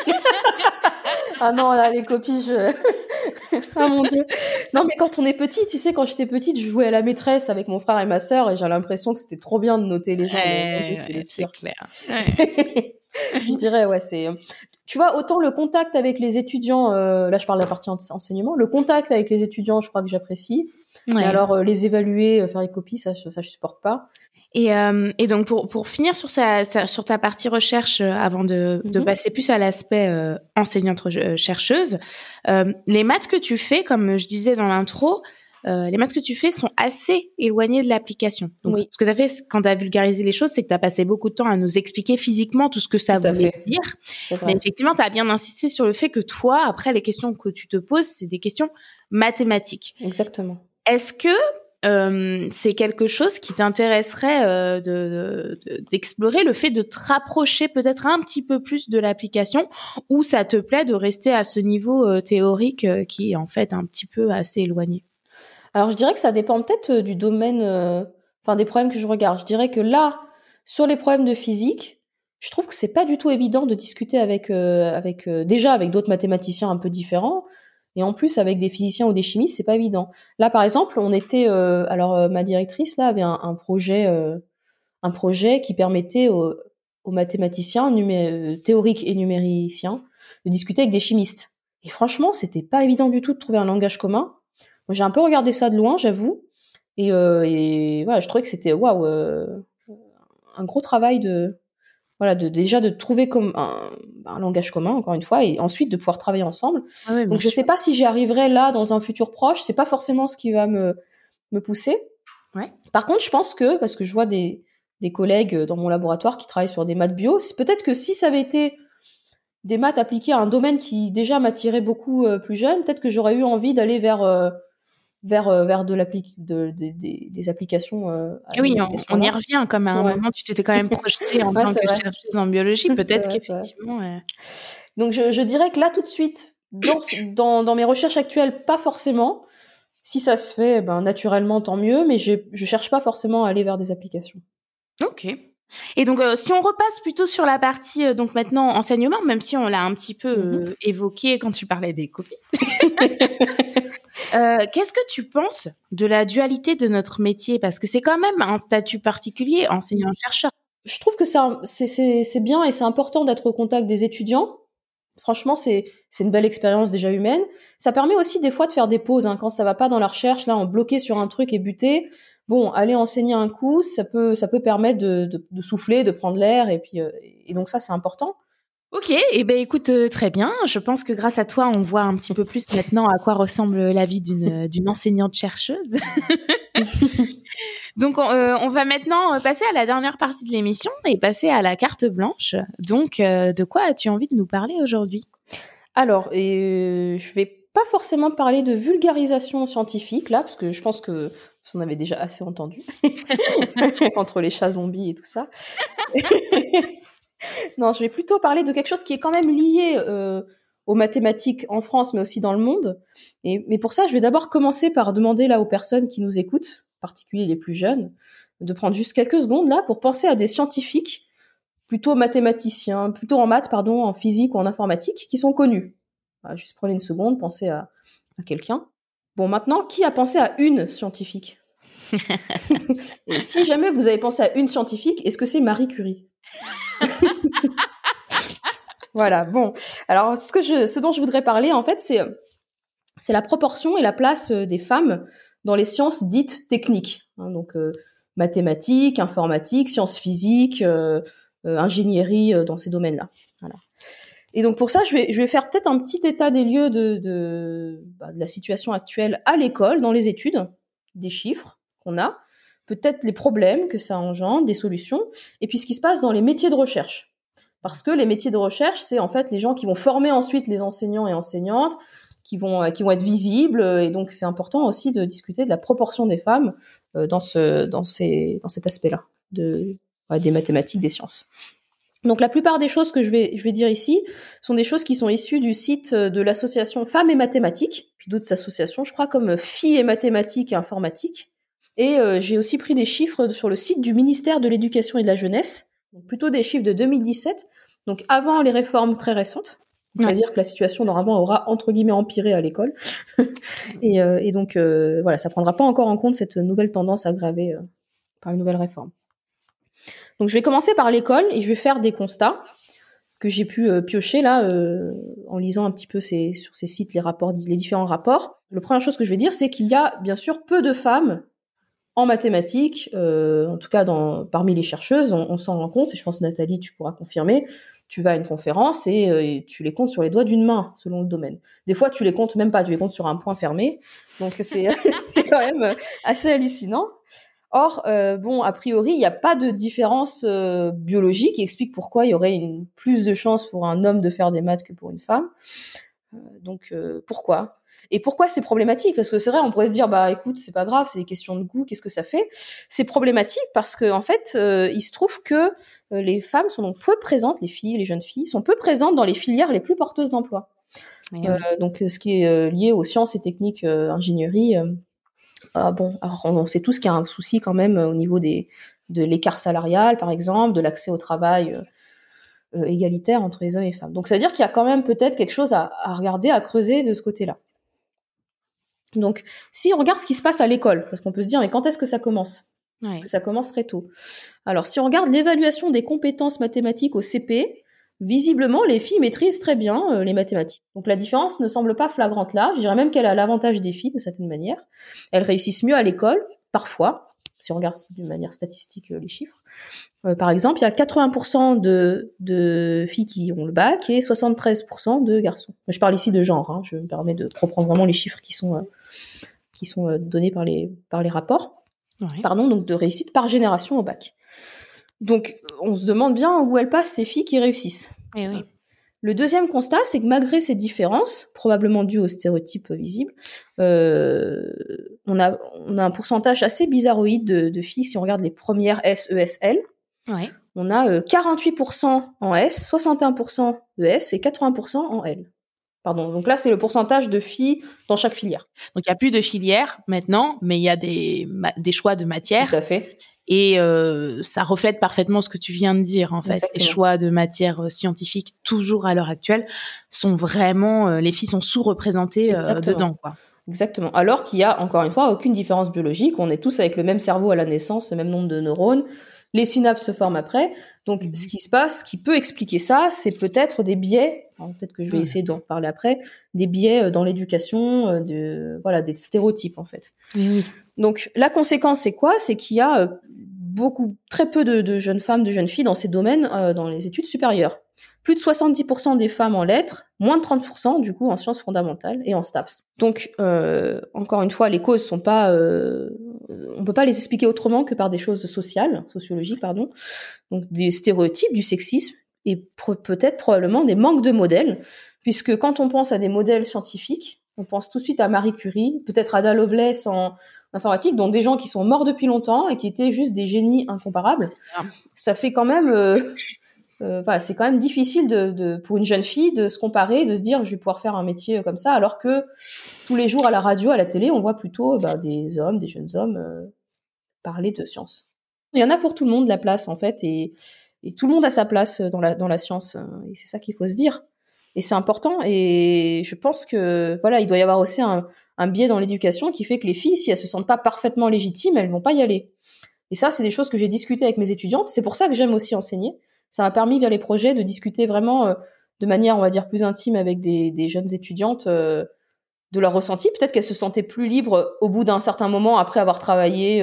Ah non, là, les copies, ah mon Dieu. Non, mais quand on est petit, tu sais, quand j'étais petite, je jouais à la maîtresse avec mon frère et ma sœur et j'ai l'impression que c'était trop bien de noter les gens. Mais mon Dieu, c'est le pire. C'est clair. Ouais. Je dirais, ouais, c'est... Tu vois, autant le contact avec les étudiants, là je parle de la partie enseignement, le contact avec les étudiants, je crois que j'apprécie. Ouais. Et alors, les évaluer, faire les copies, ça je supporte pas. Et donc pour finir sur sur ta partie recherche, avant de passer plus à l'aspect enseignante chercheuse, les maths que tu fais, comme je disais dans l'intro, les maths que tu fais sont assez éloignées de l'application. Donc, Oui. ce que tu as fait quand tu as vulgarisé les choses, c'est que tu as passé beaucoup de temps à nous expliquer physiquement tout ce que ça voulait dire. Mais effectivement, tu as bien insisté sur le fait que toi, après, les questions que tu te poses, c'est des questions mathématiques. Exactement. Est-ce que c'est quelque chose qui t'intéresserait d'explorer, le fait de te rapprocher peut-être un petit peu plus de l'application, ou ça te plaît de rester à ce niveau théorique qui est en fait un petit peu assez éloigné? Alors, je dirais que ça dépend peut-être du domaine, des problèmes que je regarde. Je dirais que là, sur les problèmes de physique, je trouve que c'est pas du tout évident de discuter avec d'autres mathématiciens un peu différents, et en plus avec des physiciens ou des chimistes, c'est pas évident. Là, par exemple, on était, ma directrice là avait un projet qui permettait aux mathématiciens théoriques et numériciens de discuter avec des chimistes. Et franchement, c'était pas évident du tout de trouver un langage commun. Moi, j'ai un peu regardé ça de loin, j'avoue, et voilà, je trouvais que c'était un gros travail déjà de trouver comme un langage commun, encore une fois, et ensuite de pouvoir travailler ensemble. Ah ouais, donc je sais pas si j'y arriverai là dans un futur proche, c'est pas forcément ce qui va me pousser. Ouais. Par contre, je pense que, parce que je vois des collègues dans mon laboratoire qui travaillent sur des maths bio, c'est peut-être que si ça avait été des maths appliquées à un domaine qui déjà m'attirait beaucoup plus jeune, peut-être que j'aurais eu envie d'aller vers des applications. Et oui, on y revient, comme à un moment, tu t'étais quand même projetée en tant que chercheuse en biologie. Peut-être qu'effectivement... Donc, je dirais que là, tout de suite, dans mes recherches actuelles, pas forcément. Si ça se fait, naturellement, tant mieux, mais je cherche pas forcément à aller vers des applications. Ok. Et donc, si on repasse plutôt sur la partie, donc maintenant, enseignement, même si on l'a un petit peu évoqué quand tu parlais des copies. Qu'est-ce que tu penses de la dualité de notre métier? Parce que c'est quand même un statut particulier, enseignant-chercheur. Je trouve que c'est bien et c'est important d'être au contact des étudiants. Franchement, c'est une belle expérience déjà humaine. Ça permet aussi des fois de faire des pauses, quand ça va pas dans la recherche, là, on bloqué sur un truc et buté. Bon, aller enseigner un coup, ça peut permettre de souffler, de prendre l'air, et puis et donc ça, c'est important. Ok, et ben écoute, très bien. Je pense que grâce à toi, on voit un petit peu plus maintenant à quoi ressemble la vie d'une enseignante chercheuse. Donc, on va maintenant passer à la dernière partie de l'émission et passer à la carte blanche. Donc, de quoi as-tu envie de nous parler aujourd'hui? Alors, je vais pas forcément parler de vulgarisation scientifique, là, parce que je pense que vous en avez déjà assez entendu. Entre les chats zombies et tout ça. Non, je vais plutôt parler de quelque chose qui est quand même lié aux mathématiques en France, mais aussi dans le monde. Mais pour ça, je vais d'abord commencer par demander là aux personnes qui nous écoutent, en particulier les plus jeunes, de prendre juste quelques secondes là pour penser à des scientifiques, plutôt mathématiciens, plutôt en maths, pardon, en physique ou en informatique, qui sont connus. Voilà, juste prenez une seconde, pensez à quelqu'un. Bon, maintenant, qui a pensé à une scientifique? Et si jamais vous avez pensé à une scientifique, est-ce que c'est Marie Curie? Voilà, bon. Alors, ce dont je voudrais parler, en fait, c'est la proportion et la place des femmes dans les sciences dites techniques. Donc, mathématiques, informatique, sciences physiques, ingénierie, dans ces domaines-là. Voilà. Et donc, pour ça, je vais faire peut-être un petit état des lieux de la situation actuelle à l'école, dans les études, des chiffres qu'on a, peut-être les problèmes que ça engendre, des solutions, et puis ce qui se passe dans les métiers de recherche. Parce que les métiers de recherche, c'est en fait les gens qui vont former ensuite les enseignants et enseignantes, qui vont être visibles, et donc c'est important aussi de discuter de la proportion des femmes dans cet aspect-là des mathématiques, des sciences. Donc la plupart des choses que je vais dire ici sont des choses qui sont issues du site de l'association Femmes et Mathématiques, puis d'autres associations, je crois, comme Filles et Mathématiques et Informatique. Et j'ai aussi pris des chiffres sur le site du ministère de l'Éducation et de la Jeunesse, donc plutôt des chiffres de 2017, donc avant les réformes très récentes. Ça veut dire que la situation normalement aura entre guillemets empiré à l'école. et donc voilà, ça prendra pas encore en compte cette nouvelle tendance aggravée par une nouvelle réforme. Donc je vais commencer par l'école et je vais faire des constats que j'ai pu piocher là en lisant un petit peu sur ces sites les différents rapports. La première chose que je vais dire, c'est qu'il y a bien sûr peu de femmes en mathématiques, en tout cas parmi les chercheuses, on s'en rend compte, et je pense Nathalie, tu pourras confirmer. Tu vas à une conférence et tu les comptes sur les doigts d'une main, selon le domaine. Des fois, tu les comptes même pas, tu les comptes sur un point fermé. Donc c'est quand même assez hallucinant. Or, a priori, il n'y a pas de différence biologique qui explique pourquoi il y aurait plus de chances pour un homme de faire des maths que pour une femme. Donc, pourquoi ? Et pourquoi c'est problématique ? Parce que c'est vrai, on pourrait se dire, bah écoute, c'est pas grave, c'est des questions de goût, qu'est-ce que ça fait ? C'est problématique parce que en fait, il se trouve que les femmes sont donc peu présentes, les filles, les jeunes filles, sont peu présentes dans les filières les plus porteuses d'emploi. Donc, ce qui est lié aux sciences et techniques, ingénierie. Alors on sait tous qu'il y a un souci quand même au niveau de l'écart salarial, par exemple, de l'accès au travail égalitaire entre les hommes et les femmes. Donc ça veut dire qu'il y a quand même peut-être quelque chose à regarder, à creuser de ce côté-là. Donc si on regarde ce qui se passe à l'école, parce qu'on peut se dire mais quand est-ce que ça commence ? Parce que ça commence très tôt. Alors si on regarde l'évaluation des compétences mathématiques au CP, visiblement les filles maîtrisent très bien les mathématiques. Donc la différence ne semble pas flagrante là. Je dirais même qu'elle a l'avantage des filles de certaine manière. Elles réussissent mieux à l'école, parfois, si on regarde d'une manière statistique les chiffres. Par exemple, il y a 80% de filles qui ont le bac et 73% de garçons. Je parle ici de genre, hein. Je me permets de reprendre vraiment les chiffres qui sont donnés par les rapports. Ouais. Donc de réussite par génération au bac. Donc, on se demande bien où elles passent ces filles qui réussissent. Et oui. Le deuxième constat, c'est que malgré ces différences, probablement dues aux stéréotypes visibles, on a un pourcentage assez bizarroïde de filles, si on regarde les premières S, ES, L. Ouais. On a 48% en S, 61% ES et 80% en L. Pardon, donc là, c'est le pourcentage de filles dans chaque filière. Donc, il n'y a plus de filière maintenant, mais il y a des choix de matière. Tout à fait. Et ça reflète parfaitement ce que tu viens de dire, en fait. Exactement. Les choix de matière scientifique, toujours à l'heure actuelle, sont vraiment... les filles sont sous-représentées dedans, quoi. Exactement. Alors qu'il y a, encore une fois, aucune différence biologique. On est tous avec le même cerveau à la naissance, le même nombre de neurones. Les synapses se forment après. Donc, ce qui se passe, ce qui peut expliquer ça, c'est peut-être des biais. Alors, peut-être que je vais essayer d'en reparler après. Des biais dans l'éducation, des stéréotypes, en fait. Oui. Donc, la conséquence, c'est quoi ? C'est qu'il y a très peu de jeunes femmes, de jeunes filles dans ces domaines, dans les études supérieures. Plus de 70% des femmes en lettres, moins de 30% du coup en sciences fondamentales et en STAPS. Donc, encore une fois, les causes sont pas... on peut pas les expliquer autrement que par des choses sociologiques, pardon. Donc, des stéréotypes, du sexisme et peut-être probablement des manques de modèles, puisque quand on pense à des modèles scientifiques, on pense tout de suite à Marie Curie, peut-être à Ada Lovelace en informatique, donc des gens qui sont morts depuis longtemps et qui étaient juste des génies incomparables. Ça fait quand même... c'est quand même difficile pour une jeune fille de se comparer, de se dire je vais pouvoir faire un métier comme ça, alors que tous les jours à la radio, à la télé, on voit plutôt des jeunes hommes parler de science. Il y en a pour tout le monde la place en fait, et tout le monde a sa place dans la science, et c'est ça qu'il faut se dire. Et c'est important, et je pense que voilà, il doit y avoir aussi un biais dans l'éducation qui fait que les filles, si elles se sentent pas parfaitement légitimes, elles vont pas y aller. Et ça, c'est des choses que j'ai discutées avec mes étudiantes. C'est pour ça que j'aime aussi enseigner. Ça m'a permis via les projets de discuter vraiment de manière, on va dire, plus intime avec des jeunes étudiantes de leur ressenti. Peut-être qu'elles se sentaient plus libres au bout d'un certain moment, après avoir travaillé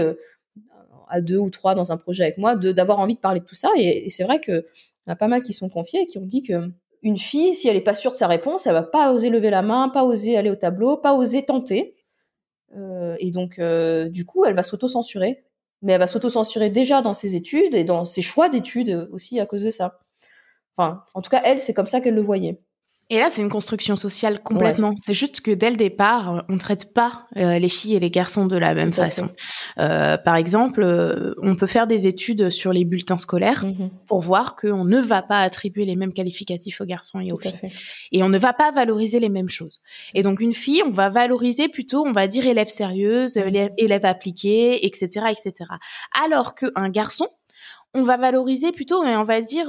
à 2 ou 3 dans un projet avec moi, d'avoir envie de parler de tout ça. Et c'est vrai qu'il y en a pas mal qui sont confiés et qui ont dit que une fille, si elle est pas sûre de sa réponse, elle va pas oser lever la main, pas oser aller au tableau, pas oser tenter. Et donc, du coup, elle va s'auto-censurer. Mais elle va s'auto-censurer déjà dans ses études et dans ses choix d'études aussi à cause de ça. Enfin, en tout cas, elle, c'est comme ça qu'elle le voyait. Et là, c'est une construction sociale complètement. Ouais. C'est juste que dès le départ, on ne traite pas les filles et les garçons de la même façon. Par exemple, on peut faire des études sur les bulletins scolaires pour voir qu'on ne va pas attribuer les mêmes qualificatifs aux garçons et aux filles. Et on ne va pas valoriser les mêmes choses. Et donc, une fille, on va valoriser plutôt, on va dire, élève sérieuse, élève appliquée, etc., etc. Alors qu'un garçon, on va valoriser plutôt et on va dire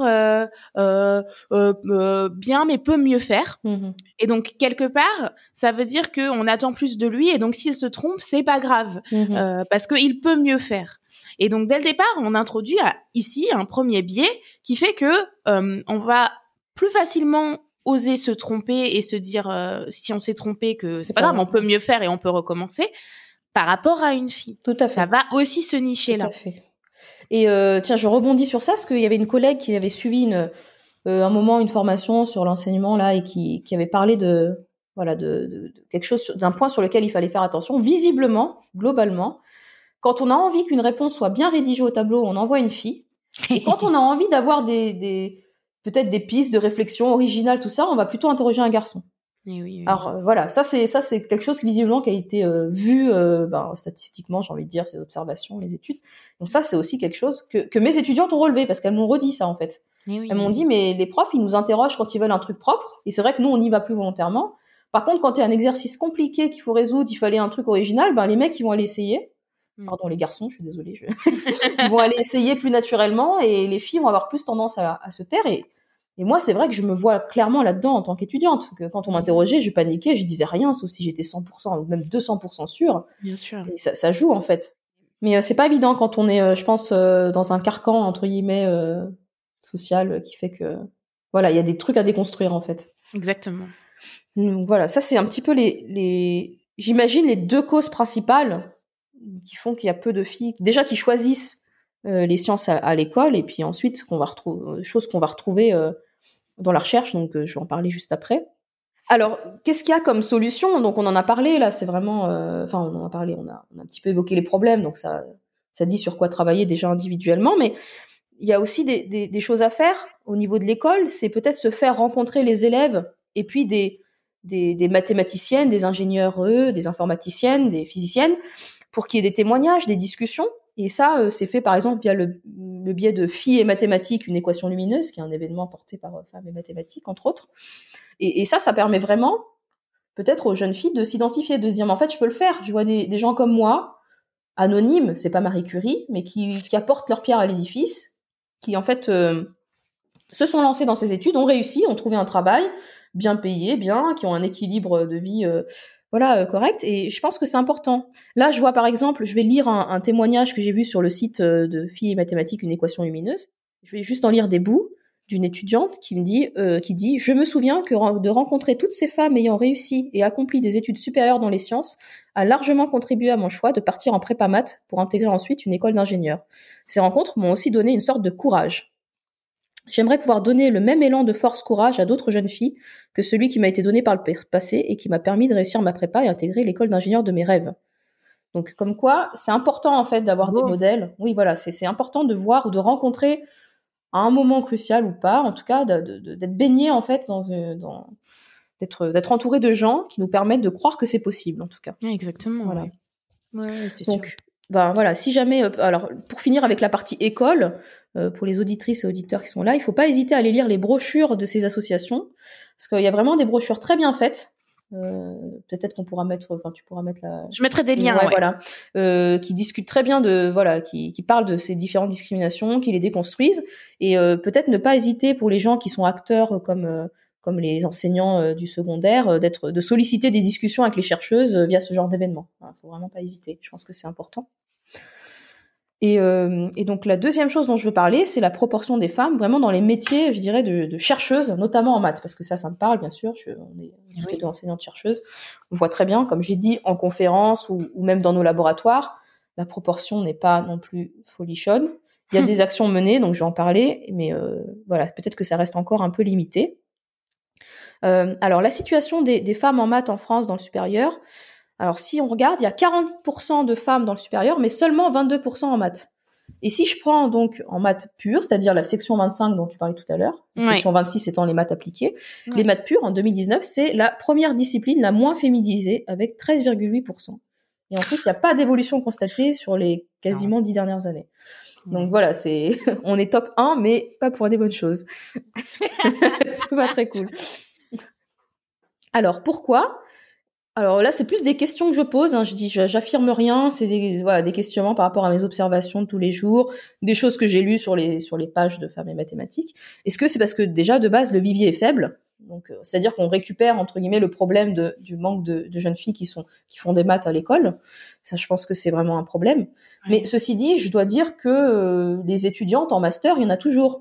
bien mais peut mieux faire. Et donc quelque part ça veut dire que on attend plus de lui et donc s'il se trompe c'est pas grave parce que il peut mieux faire. Et donc dès le départ on introduit ici un premier biais qui fait que on va plus facilement oser se tromper et se dire si on s'est trompé que c'est pas grave, on peut mieux faire et on peut recommencer par rapport à une fille. Tout à fait. Ça va aussi se nicher là. Tout à fait. Et tiens, je rebondis sur ça parce qu'il y avait une collègue qui avait suivi un moment une formation sur l'enseignement là et qui avait parlé de quelque chose, d'un point sur lequel il fallait faire attention. Visiblement, globalement, quand on a envie qu'une réponse soit bien rédigée au tableau, on envoie une fille. Et quand on a envie d'avoir peut-être des pistes de réflexion originales, tout ça, on va plutôt interroger un garçon. Oui. Alors voilà, ça c'est quelque chose visiblement qui a été vu statistiquement, j'ai envie de dire, ces observations, les études. Donc ça c'est aussi quelque chose que mes étudiantes ont relevé parce qu'elles m'ont redit ça en fait. Elles m'ont dit mais les profs ils nous interrogent quand ils veulent un truc propre et c'est vrai que nous on n'y va plus volontairement. Par contre quand il y a un exercice compliqué qu'il faut résoudre, il fallait un truc original, les mecs ils vont aller essayer. Pardon les garçons, je suis désolée, ils vont aller essayer plus naturellement et les filles vont avoir plus tendance à se taire et moi, c'est vrai que je me vois clairement là-dedans en tant qu'étudiante. Que quand on m'interrogeait, je paniquais, je disais rien, sauf si j'étais 100% ou même 200% sûre. Bien sûr. Et ça joue, en fait. Mais c'est pas évident quand on est, je pense, dans un carcan, entre guillemets, social, qui fait que... Voilà, il y a des trucs à déconstruire, en fait. Exactement. Donc, voilà, ça, c'est un petit peu j'imagine, les deux causes principales qui font qu'il y a peu de filles, déjà, qui choisissent les sciences à l'école, et puis ensuite, qu'on va retrouver dans la recherche, donc je vais en parler juste après. Alors, qu'est-ce qu'il y a comme solution ? Donc, on en a parlé, là, c'est vraiment... on en a parlé, on a un petit peu évoqué les problèmes, donc ça dit sur quoi travailler déjà individuellement, mais il y a aussi des choses à faire au niveau de l'école, c'est peut-être se faire rencontrer les élèves, et puis des mathématiciennes, des ingénieurs, des informaticiennes, des physiciennes, pour qu'il y ait des témoignages, des discussions. Et ça, c'est fait par exemple via le biais de Filles et mathématiques, une équation lumineuse, qui est un événement porté par Femmes et mathématiques, entre autres. Et ça permet vraiment, peut-être aux jeunes filles, de s'identifier, de se dire, mais en fait, je peux le faire. Je vois des gens comme moi, anonymes, c'est pas Marie Curie, mais qui apportent leur pierre à l'édifice, qui en fait se sont lancés dans ces études, ont réussi, ont trouvé un travail bien payé, qui ont un équilibre de vie correct. Et je pense que c'est important. Là, je vois par exemple, je vais lire un témoignage que j'ai vu sur le site de Filles et mathématiques, une équation lumineuse. Je vais juste en lire des bouts d'une étudiante qui dit « Je me souviens que de rencontrer toutes ces femmes ayant réussi et accompli des études supérieures dans les sciences a largement contribué à mon choix de partir en prépa maths pour intégrer ensuite une école d'ingénieur. Ces rencontres m'ont aussi donné une sorte de courage. J'aimerais pouvoir donner le même élan de force-courage à d'autres jeunes filles que celui qui m'a été donné par le passé et qui m'a permis de réussir ma prépa et intégrer l'école d'ingénieur de mes rêves. » Donc, comme quoi, c'est important, en fait, d'avoir des modèles. Oui, voilà, c'est important de voir ou de rencontrer à un moment crucial ou pas, en tout cas, d'être baigné, en fait, d'être entouré de gens qui nous permettent de croire que c'est possible, en tout cas. Exactement. Voilà. Ouais, c'est Donc, sûr. Voilà, si jamais, alors pour finir avec la partie école, pour les auditrices et auditeurs qui sont là, il faut pas hésiter à aller lire les brochures de ces associations, parce qu'il y a vraiment des brochures très bien faites. Peut-être qu'on pourra mettre, tu pourras mettre je mettrai des liens, voilà, qui discutent très bien qui parlent de ces différentes discriminations, qui les déconstruisent, et peut-être ne pas hésiter pour les gens qui sont acteurs comme les enseignants du secondaire, de solliciter des discussions avec les chercheuses via ce genre d'événement. Faut vraiment pas hésiter. Je pense que c'est important. Et donc la deuxième chose dont je veux parler, c'est la proportion des femmes vraiment dans les métiers, je dirais, de chercheuses, notamment en maths, parce que ça me parle, bien sûr. On est toutes les deux enseignantes-chercheuses. On voit très bien, comme j'ai dit, en conférence ou même dans nos laboratoires, la proportion n'est pas non plus folichonne. Il y a des actions menées, donc je vais en parler, mais voilà, peut-être que ça reste encore un peu limité. Alors, la situation des femmes en maths en France dans le supérieur, alors si on regarde, il y a 40% de femmes dans le supérieur, mais seulement 22% en maths. Et si je prends donc en maths pures, c'est-à-dire la section 25 dont tu parlais tout à l'heure, section 26 étant les maths appliquées, les maths pures en 2019, c'est la première discipline la moins féminisée avec 13,8%. Et en plus, il n'y a pas d'évolution constatée sur les quasiment 10 dernières années. Donc voilà, on est top 1, mais pas pour des bonnes choses. C'est pas très cool. Alors, pourquoi ? Alors là, c'est plus des questions que je pose. J'affirme rien. C'est des questionnements par rapport à mes observations de tous les jours, des choses que j'ai lues sur les pages de Femmes et Mathématiques. Est-ce que c'est parce que déjà de base le vivier est faible, donc c'est-à-dire qu'on récupère entre guillemets le problème du manque de jeunes filles qui font des maths à l'école. Ça, je pense que c'est vraiment un problème. Ouais. Mais ceci dit, je dois dire que les étudiantes en master, il y en a toujours.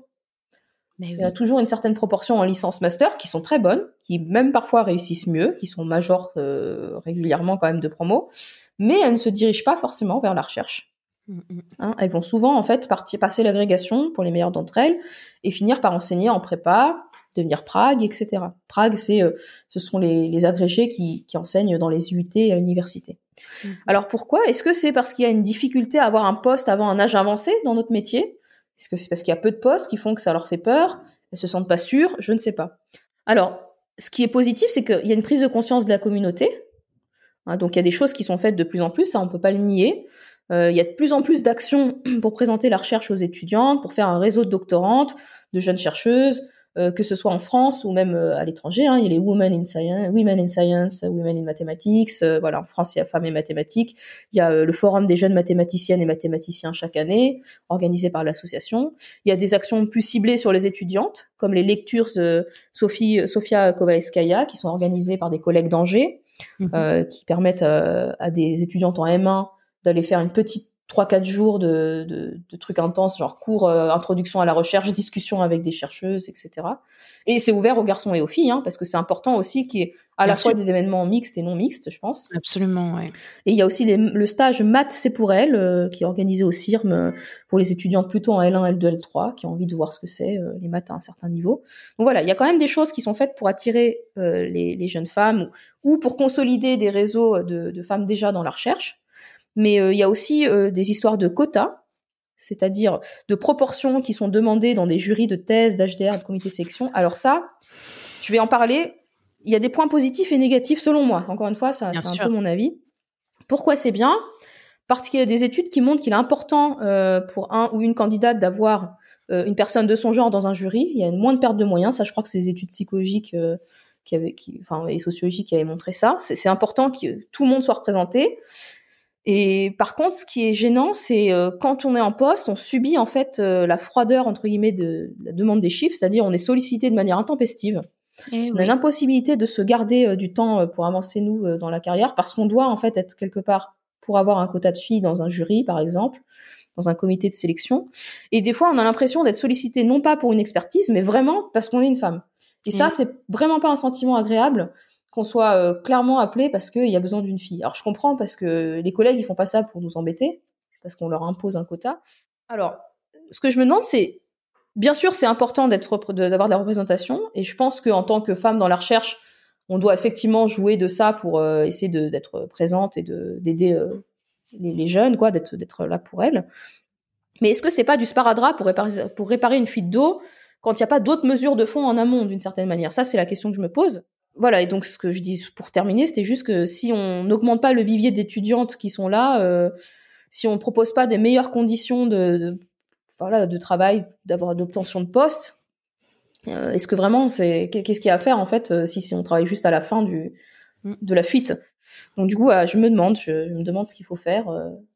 Il y a toujours une certaine proportion en licence master qui sont très bonnes, qui même parfois réussissent mieux, qui sont majors régulièrement quand même de promo, mais elles ne se dirigent pas forcément vers la recherche. Hein, elles vont souvent en fait passer l'agrégation pour les meilleures d'entre elles et finir par enseigner en prépa, devenir Prague, etc. Prague, ce sont les agrégés qui enseignent dans les UT et à l'université. Alors pourquoi ? Est-ce que c'est parce qu'il y a une difficulté à avoir un poste avant un âge avancé dans notre métier ? Est-ce que c'est parce qu'il y a peu de postes qui font que ça leur fait peur ? Elles se sentent pas sûres ? Je ne sais pas. Alors, ce qui est positif, c'est qu'il y a une prise de conscience de la communauté. Hein, donc, il y a des choses qui sont faites de plus en plus, ça, on peut pas le nier. Il y a de plus en plus d'actions pour présenter la recherche aux étudiantes, pour faire un réseau de doctorantes, de jeunes chercheuses, que ce soit en France ou même à l'étranger. Hein. Il y a les Women in Science, Women in Mathematics. Voilà, en France, il y a Femmes et Mathématiques. Il y a le Forum des jeunes mathématiciennes et mathématiciens chaque année, organisé par l'association. Il y a des actions plus ciblées sur les étudiantes, comme les lectures Sofia Kovalevskaya, qui sont organisées par des collègues d'Angers, qui permettent à des étudiantes en M1 d'aller faire une petite 3-4 jours de trucs intenses, genre cours, introduction à la recherche, discussion avec des chercheuses, etc. Et c'est ouvert aux garçons et aux filles, hein, parce que c'est important aussi qu'il y ait à la fois des événements mixtes et non mixtes, je pense. Absolument, ouais. Et il y a aussi le stage Maths, c'est pour elles, qui est organisé au CIRM pour les étudiantes plutôt en L1, L2, L3, qui ont envie de voir ce que c'est, les maths à un certain niveau. Donc voilà, il y a quand même des choses qui sont faites pour attirer les jeunes femmes ou pour consolider des réseaux de femmes déjà dans la recherche. Mais il y a aussi des histoires de quotas, c'est-à-dire de proportions qui sont demandées dans des jurys de thèse, d'HDR, de comité de sélection. Alors ça, je vais en parler. Il y a des points positifs et négatifs selon moi. Encore une fois, c'est un peu mon avis. Pourquoi c'est bien ? Parce qu'il y a des études qui montrent qu'il est important pour un ou une candidate d'avoir une personne de son genre dans un jury. Il y a moins de perte de moyens. Ça, je crois que c'est des études psychologiques et sociologiques qui avaient montré ça. C'est important que tout le monde soit représenté. Et par contre, ce qui est gênant, c'est quand on est en poste, on subit en fait la froideur entre guillemets de la demande des chiffres, c'est-à-dire on est sollicité de manière intempestive. On a l'impossibilité de se garder du temps pour avancer nous dans la carrière parce qu'on doit en fait être quelque part pour avoir un quota de filles dans un jury par exemple, dans un comité de sélection. Et des fois, on a l'impression d'être sollicité non pas pour une expertise, mais vraiment parce qu'on est une femme. Et ça, c'est vraiment pas un sentiment agréable qu'on soit clairement appelé parce qu'il y a besoin d'une fille. Alors je comprends parce que les collègues ils font pas ça pour nous embêter, parce qu'on leur impose un quota. Alors ce que je me demande c'est, bien sûr c'est important d'avoir de la représentation et je pense qu'en tant que femme dans la recherche, on doit effectivement jouer de ça pour essayer d'être présente et d'aider les jeunes, quoi, d'être là pour elles. Mais est-ce que c'est pas du sparadrap pour réparer une fuite d'eau quand il n'y a pas d'autres mesures de fond en amont d'une certaine manière ? Ça c'est la question que je me pose. Voilà, et donc ce que je dis pour terminer, c'était juste que si on n'augmente pas le vivier d'étudiantes qui sont là, si on propose pas des meilleures conditions de travail, d'obtention de poste, est-ce que vraiment qu'est-ce qu'il y a à faire en fait si on travaille juste à la fin de la fuite ? Donc du coup, je me demande ce qu'il faut faire.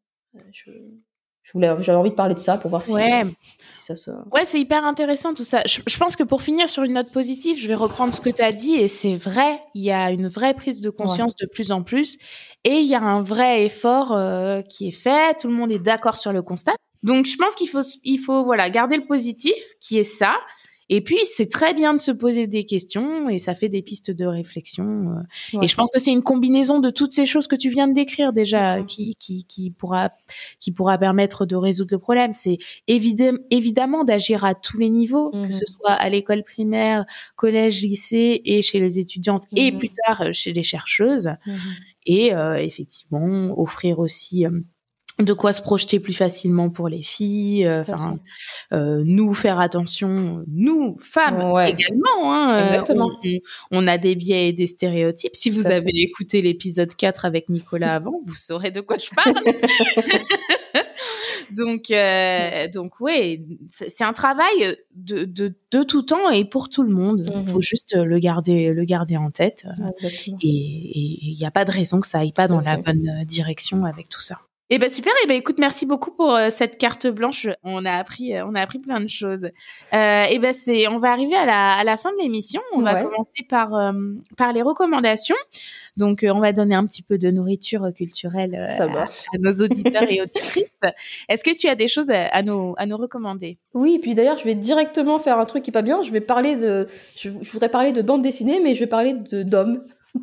J'avais envie de parler de ça pour voir si ça se... Ouais, c'est hyper intéressant tout ça. Je pense que pour finir sur une note positive, je vais reprendre ce que tu as dit et c'est vrai, il y a une vraie prise de conscience de plus en plus et il y a un vrai effort qui est fait, tout le monde est d'accord sur le constat. Donc je pense qu'il faut voilà, garder le positif qui est ça. Et puis, c'est très bien de se poser des questions et ça fait des pistes de réflexion. Et je pense que c'est une combinaison de toutes ces choses que tu viens de décrire déjà qui pourra permettre de résoudre le problème. C'est évidemment d'agir à tous les niveaux, que ce soit à l'école primaire, collège, lycée et chez les étudiantes et plus tard chez les chercheuses. Et effectivement, offrir aussi de quoi se projeter plus facilement pour les filles. Nous faire attention, nous femmes également. Exactement. On a des biais et des stéréotypes. Si vous avez écouté l'épisode 4 avec Nicolas avant, vous saurez de quoi je parle. Donc ouais, c'est un travail de tout temps et pour tout le monde. Il faut juste le garder en tête. Exactement. Et il n'y a pas de raison que ça aille pas dans la bonne direction avec tout ça. Eh ben super. Eh ben écoute, merci beaucoup pour cette carte blanche. On a appris plein de choses. On va arriver à la fin de l'émission. On va commencer par les recommandations. Donc on va donner un petit peu de nourriture culturelle à nos auditeurs et auditrices. Est-ce que tu as des choses à nous recommander? Oui, puis d'ailleurs, je vais directement faire un truc qui est pas bien. Je voudrais parler de bande dessinée, mais je vais parler d'hommes.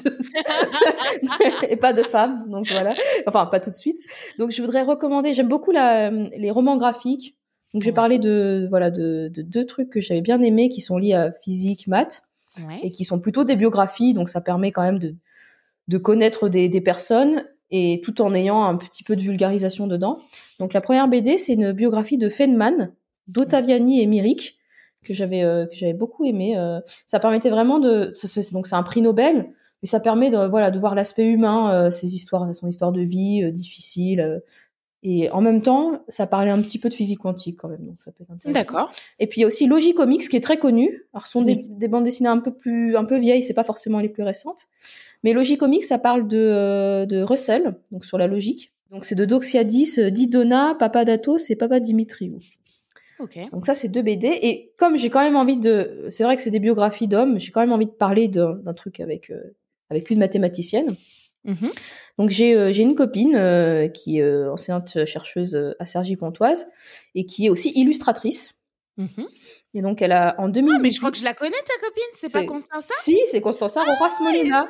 Et pas de femmes, donc voilà. Enfin, pas tout de suite. Donc, je voudrais recommander. J'aime beaucoup les romans graphiques. Donc, je vais parler de 2 trucs que j'avais bien aimés, qui sont liés à physique, maths, et qui sont plutôt des biographies. Donc, ça permet quand même de connaître des personnes, et tout en ayant un petit peu de vulgarisation dedans. Donc, la première BD, c'est une biographie de Feynman, d'Ottaviani et Myrick, que j'avais beaucoup aimé. Ça permettait vraiment donc, c'est un prix Nobel. Mais ça permet de voir l'aspect humain, son histoire de vie difficile, et en même temps, ça parlait un petit peu de physique quantique quand même, donc ça peut être intéressant. D'accord. Et puis il y a aussi Logicomics qui est très connu. Alors, ce sont des bandes dessinées un peu vieilles, c'est pas forcément les plus récentes. Mais Logicomics, ça parle de Russell, donc sur la logique. Donc c'est de Doxiadis, Didona, Papadatos et Papadimitriou. Okay. Donc ça, c'est 2 BD. Et comme j'ai quand même envie c'est vrai que c'est des biographies d'hommes, j'ai quand même envie de parler d'un truc avec une mathématicienne. Donc j'ai une copine qui est enseignante chercheuse à Cergy-Pontoise et qui est aussi illustratrice. Et donc elle a en 2018. Ah, mais je crois que je la connais, ta copine. C'est pas Constanza? Si, c'est Constanza Rojas Molina.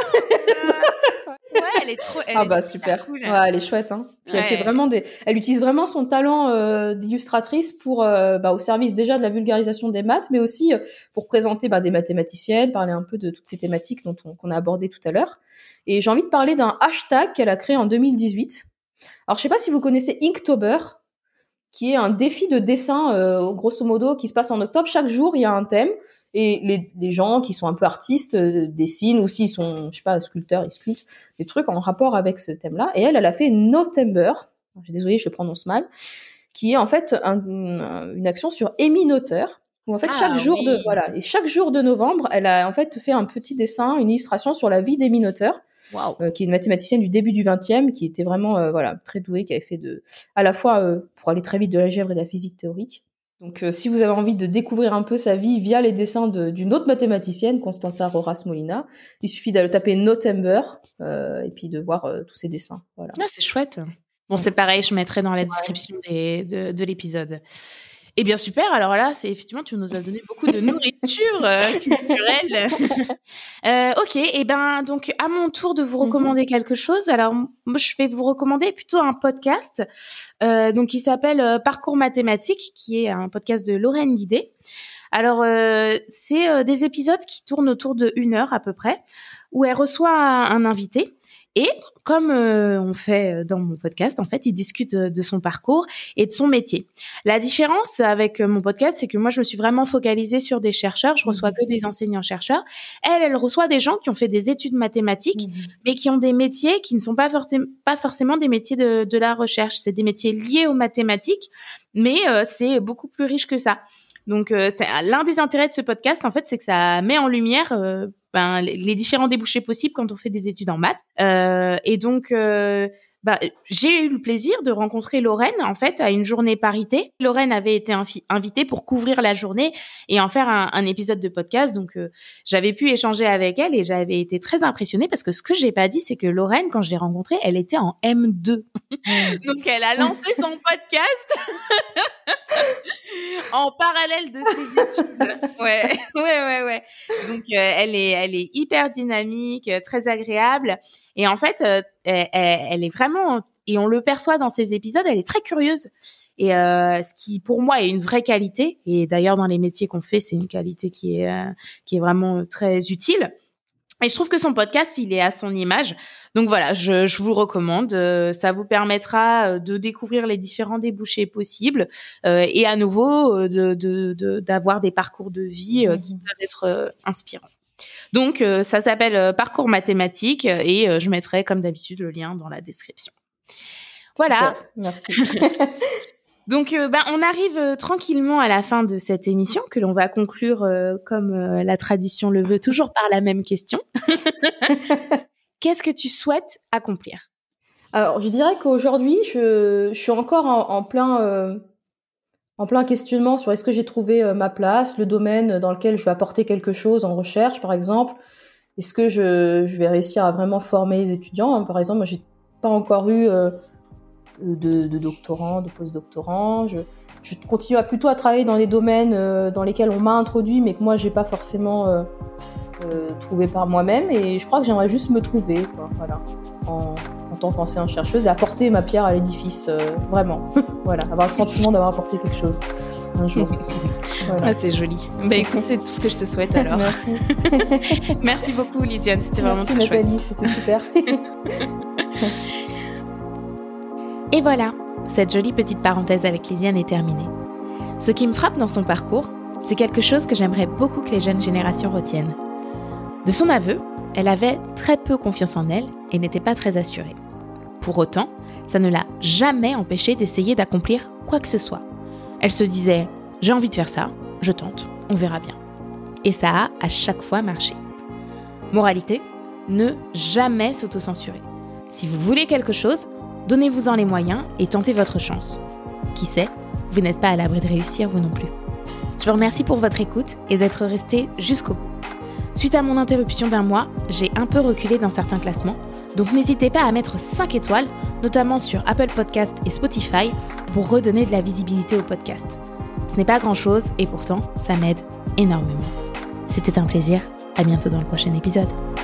Ouais, elle est trop. Super. Cool. Ouais, elle est chouette, hein. Puis elle fait vraiment elle utilise vraiment son talent d'illustratrice pour au service déjà de la vulgarisation des maths, mais aussi pour présenter des mathématiciennes, parler un peu de toutes ces thématiques qu'on a abordées tout à l'heure. Et j'ai envie de parler d'un hashtag qu'elle a créé en 2018. Alors je sais pas si vous connaissez Inktober, qui est un défi de dessin grosso modo qui se passe en octobre. Chaque jour il y a un thème. Et les gens qui sont un peu artistes dessinent, ou s'ils sont, je sais pas, sculpteurs, ils sculptent des trucs en rapport avec ce thème-là. Et elle a fait Notember, désolée, je le prononce mal, qui est en fait une action sur Eminoter, où en fait chaque jour de novembre, elle a en fait fait un petit dessin, une illustration sur la vie d'Eminoter, qui est une mathématicienne du début du XXe, qui était vraiment très douée, qui avait fait à la fois pour aller très vite de l'algèbre et de la physique théorique. Donc, si vous avez envie de découvrir un peu sa vie via les dessins d'une autre mathématicienne, Constanza Rojas Molina, il suffit d'aller taper Notember et puis de voir tous ses dessins. Voilà. Ah, c'est chouette. Bon, c'est pareil, je mettrai dans la description de l'épisode. Eh bien, super. Alors là, effectivement, tu nous as donné beaucoup de nourriture culturelle. Ok. Et ben, donc, à mon tour de vous recommander quelque chose. Alors, moi, je vais vous recommander plutôt un podcast, donc qui s'appelle Parcours mathématique, qui est un podcast de Lorraine Guidé. Alors, c'est des épisodes qui tournent autour de 1 heure à peu près, où elle reçoit un invité. Et comme on fait dans mon podcast, en fait, il discute de son parcours et de son métier. La différence avec mon podcast, c'est que moi, je me suis vraiment focalisée sur des chercheurs. Je reçois que des enseignants-chercheurs. Elle reçoit des gens qui ont fait des études mathématiques, mais qui ont des métiers qui ne sont pas forcément des métiers de la recherche. C'est des métiers liés aux mathématiques, mais c'est beaucoup plus riche que ça. Donc, c'est l'un des intérêts de ce podcast, en fait, c'est que ça met en lumière les différents débouchés possibles quand on fait des études en maths. Et donc, j'ai eu le plaisir de rencontrer Lorraine, en fait, à une journée parité. Lorraine avait été invitée pour couvrir la journée et en faire un épisode de podcast. Donc, j'avais pu échanger avec elle et j'avais été très impressionnée parce que ce que j'ai pas dit, c'est que Lorraine, quand je l'ai rencontrée, elle était en M2. Donc, elle a lancé son podcast en parallèle de ses études. Ouais. Donc, elle est hyper dynamique, très agréable. Et en fait, elle est vraiment, et on le perçoit dans ses épisodes, elle est très curieuse. Et ce qui, pour moi, est une vraie qualité. Et d'ailleurs, dans les métiers qu'on fait, c'est une qualité qui est vraiment très utile. Et je trouve que son podcast, il est à son image. Donc voilà, je vous le recommande. Ça vous permettra de découvrir les différents débouchés possibles et à nouveau d'avoir des parcours de vie qui peuvent être inspirants. Donc ça s'appelle Parcours mathématique et je mettrai comme d'habitude le lien dans la description. Voilà. Super, merci. Donc, on arrive tranquillement à la fin de cette émission que l'on va conclure comme la tradition le veut, toujours par la même question. Qu'est-ce que tu souhaites accomplir ? Alors, je dirais qu'aujourd'hui, je suis encore en plein questionnement sur est-ce que j'ai trouvé ma place, le domaine dans lequel je vais apporter quelque chose en recherche, par exemple. Est-ce que je vais réussir à vraiment former les étudiants ? Par exemple, moi, j'ai pas encore eu de doctorants, de post-doctorants. Je continue plutôt à travailler dans des domaines dans lesquels on m'a introduit, mais que moi, j'ai pas forcément trouvé par moi-même. Et je crois que j'aimerais juste me trouver, quoi, voilà, en tant qu'enseignante-chercheuse et apporter ma pierre à l'édifice, vraiment. Voilà, avoir le sentiment d'avoir apporté quelque chose un jour. Voilà. Ah, c'est joli. Écoute, c'est tout ce que je te souhaite alors. Merci. Merci beaucoup, Lisiane. C'était vraiment très chouette. Nathalie, c'était super. Et voilà, cette jolie petite parenthèse avec Lisiane est terminée. Ce qui me frappe dans son parcours, c'est quelque chose que j'aimerais beaucoup que les jeunes générations retiennent. De son aveu, elle avait très peu confiance en elle et n'était pas très assurée. Pour autant, ça ne l'a jamais empêchée d'essayer d'accomplir quoi que ce soit. Elle se disait « j'ai envie de faire ça, je tente, on verra bien ». Et ça a à chaque fois marché. Moralité, ne jamais s'autocensurer. Si vous voulez quelque chose, donnez-vous-en les moyens et tentez votre chance. Qui sait, vous n'êtes pas à l'abri de réussir vous non plus. Je vous remercie pour votre écoute et d'être resté jusqu'au bout. Suite à mon interruption d'1 mois, j'ai un peu reculé dans certains classements, donc n'hésitez pas à mettre 5 étoiles, notamment sur Apple Podcast et Spotify, pour redonner de la visibilité au podcast. Ce n'est pas grand-chose et pourtant, ça m'aide énormément. C'était un plaisir, à bientôt dans le prochain épisode.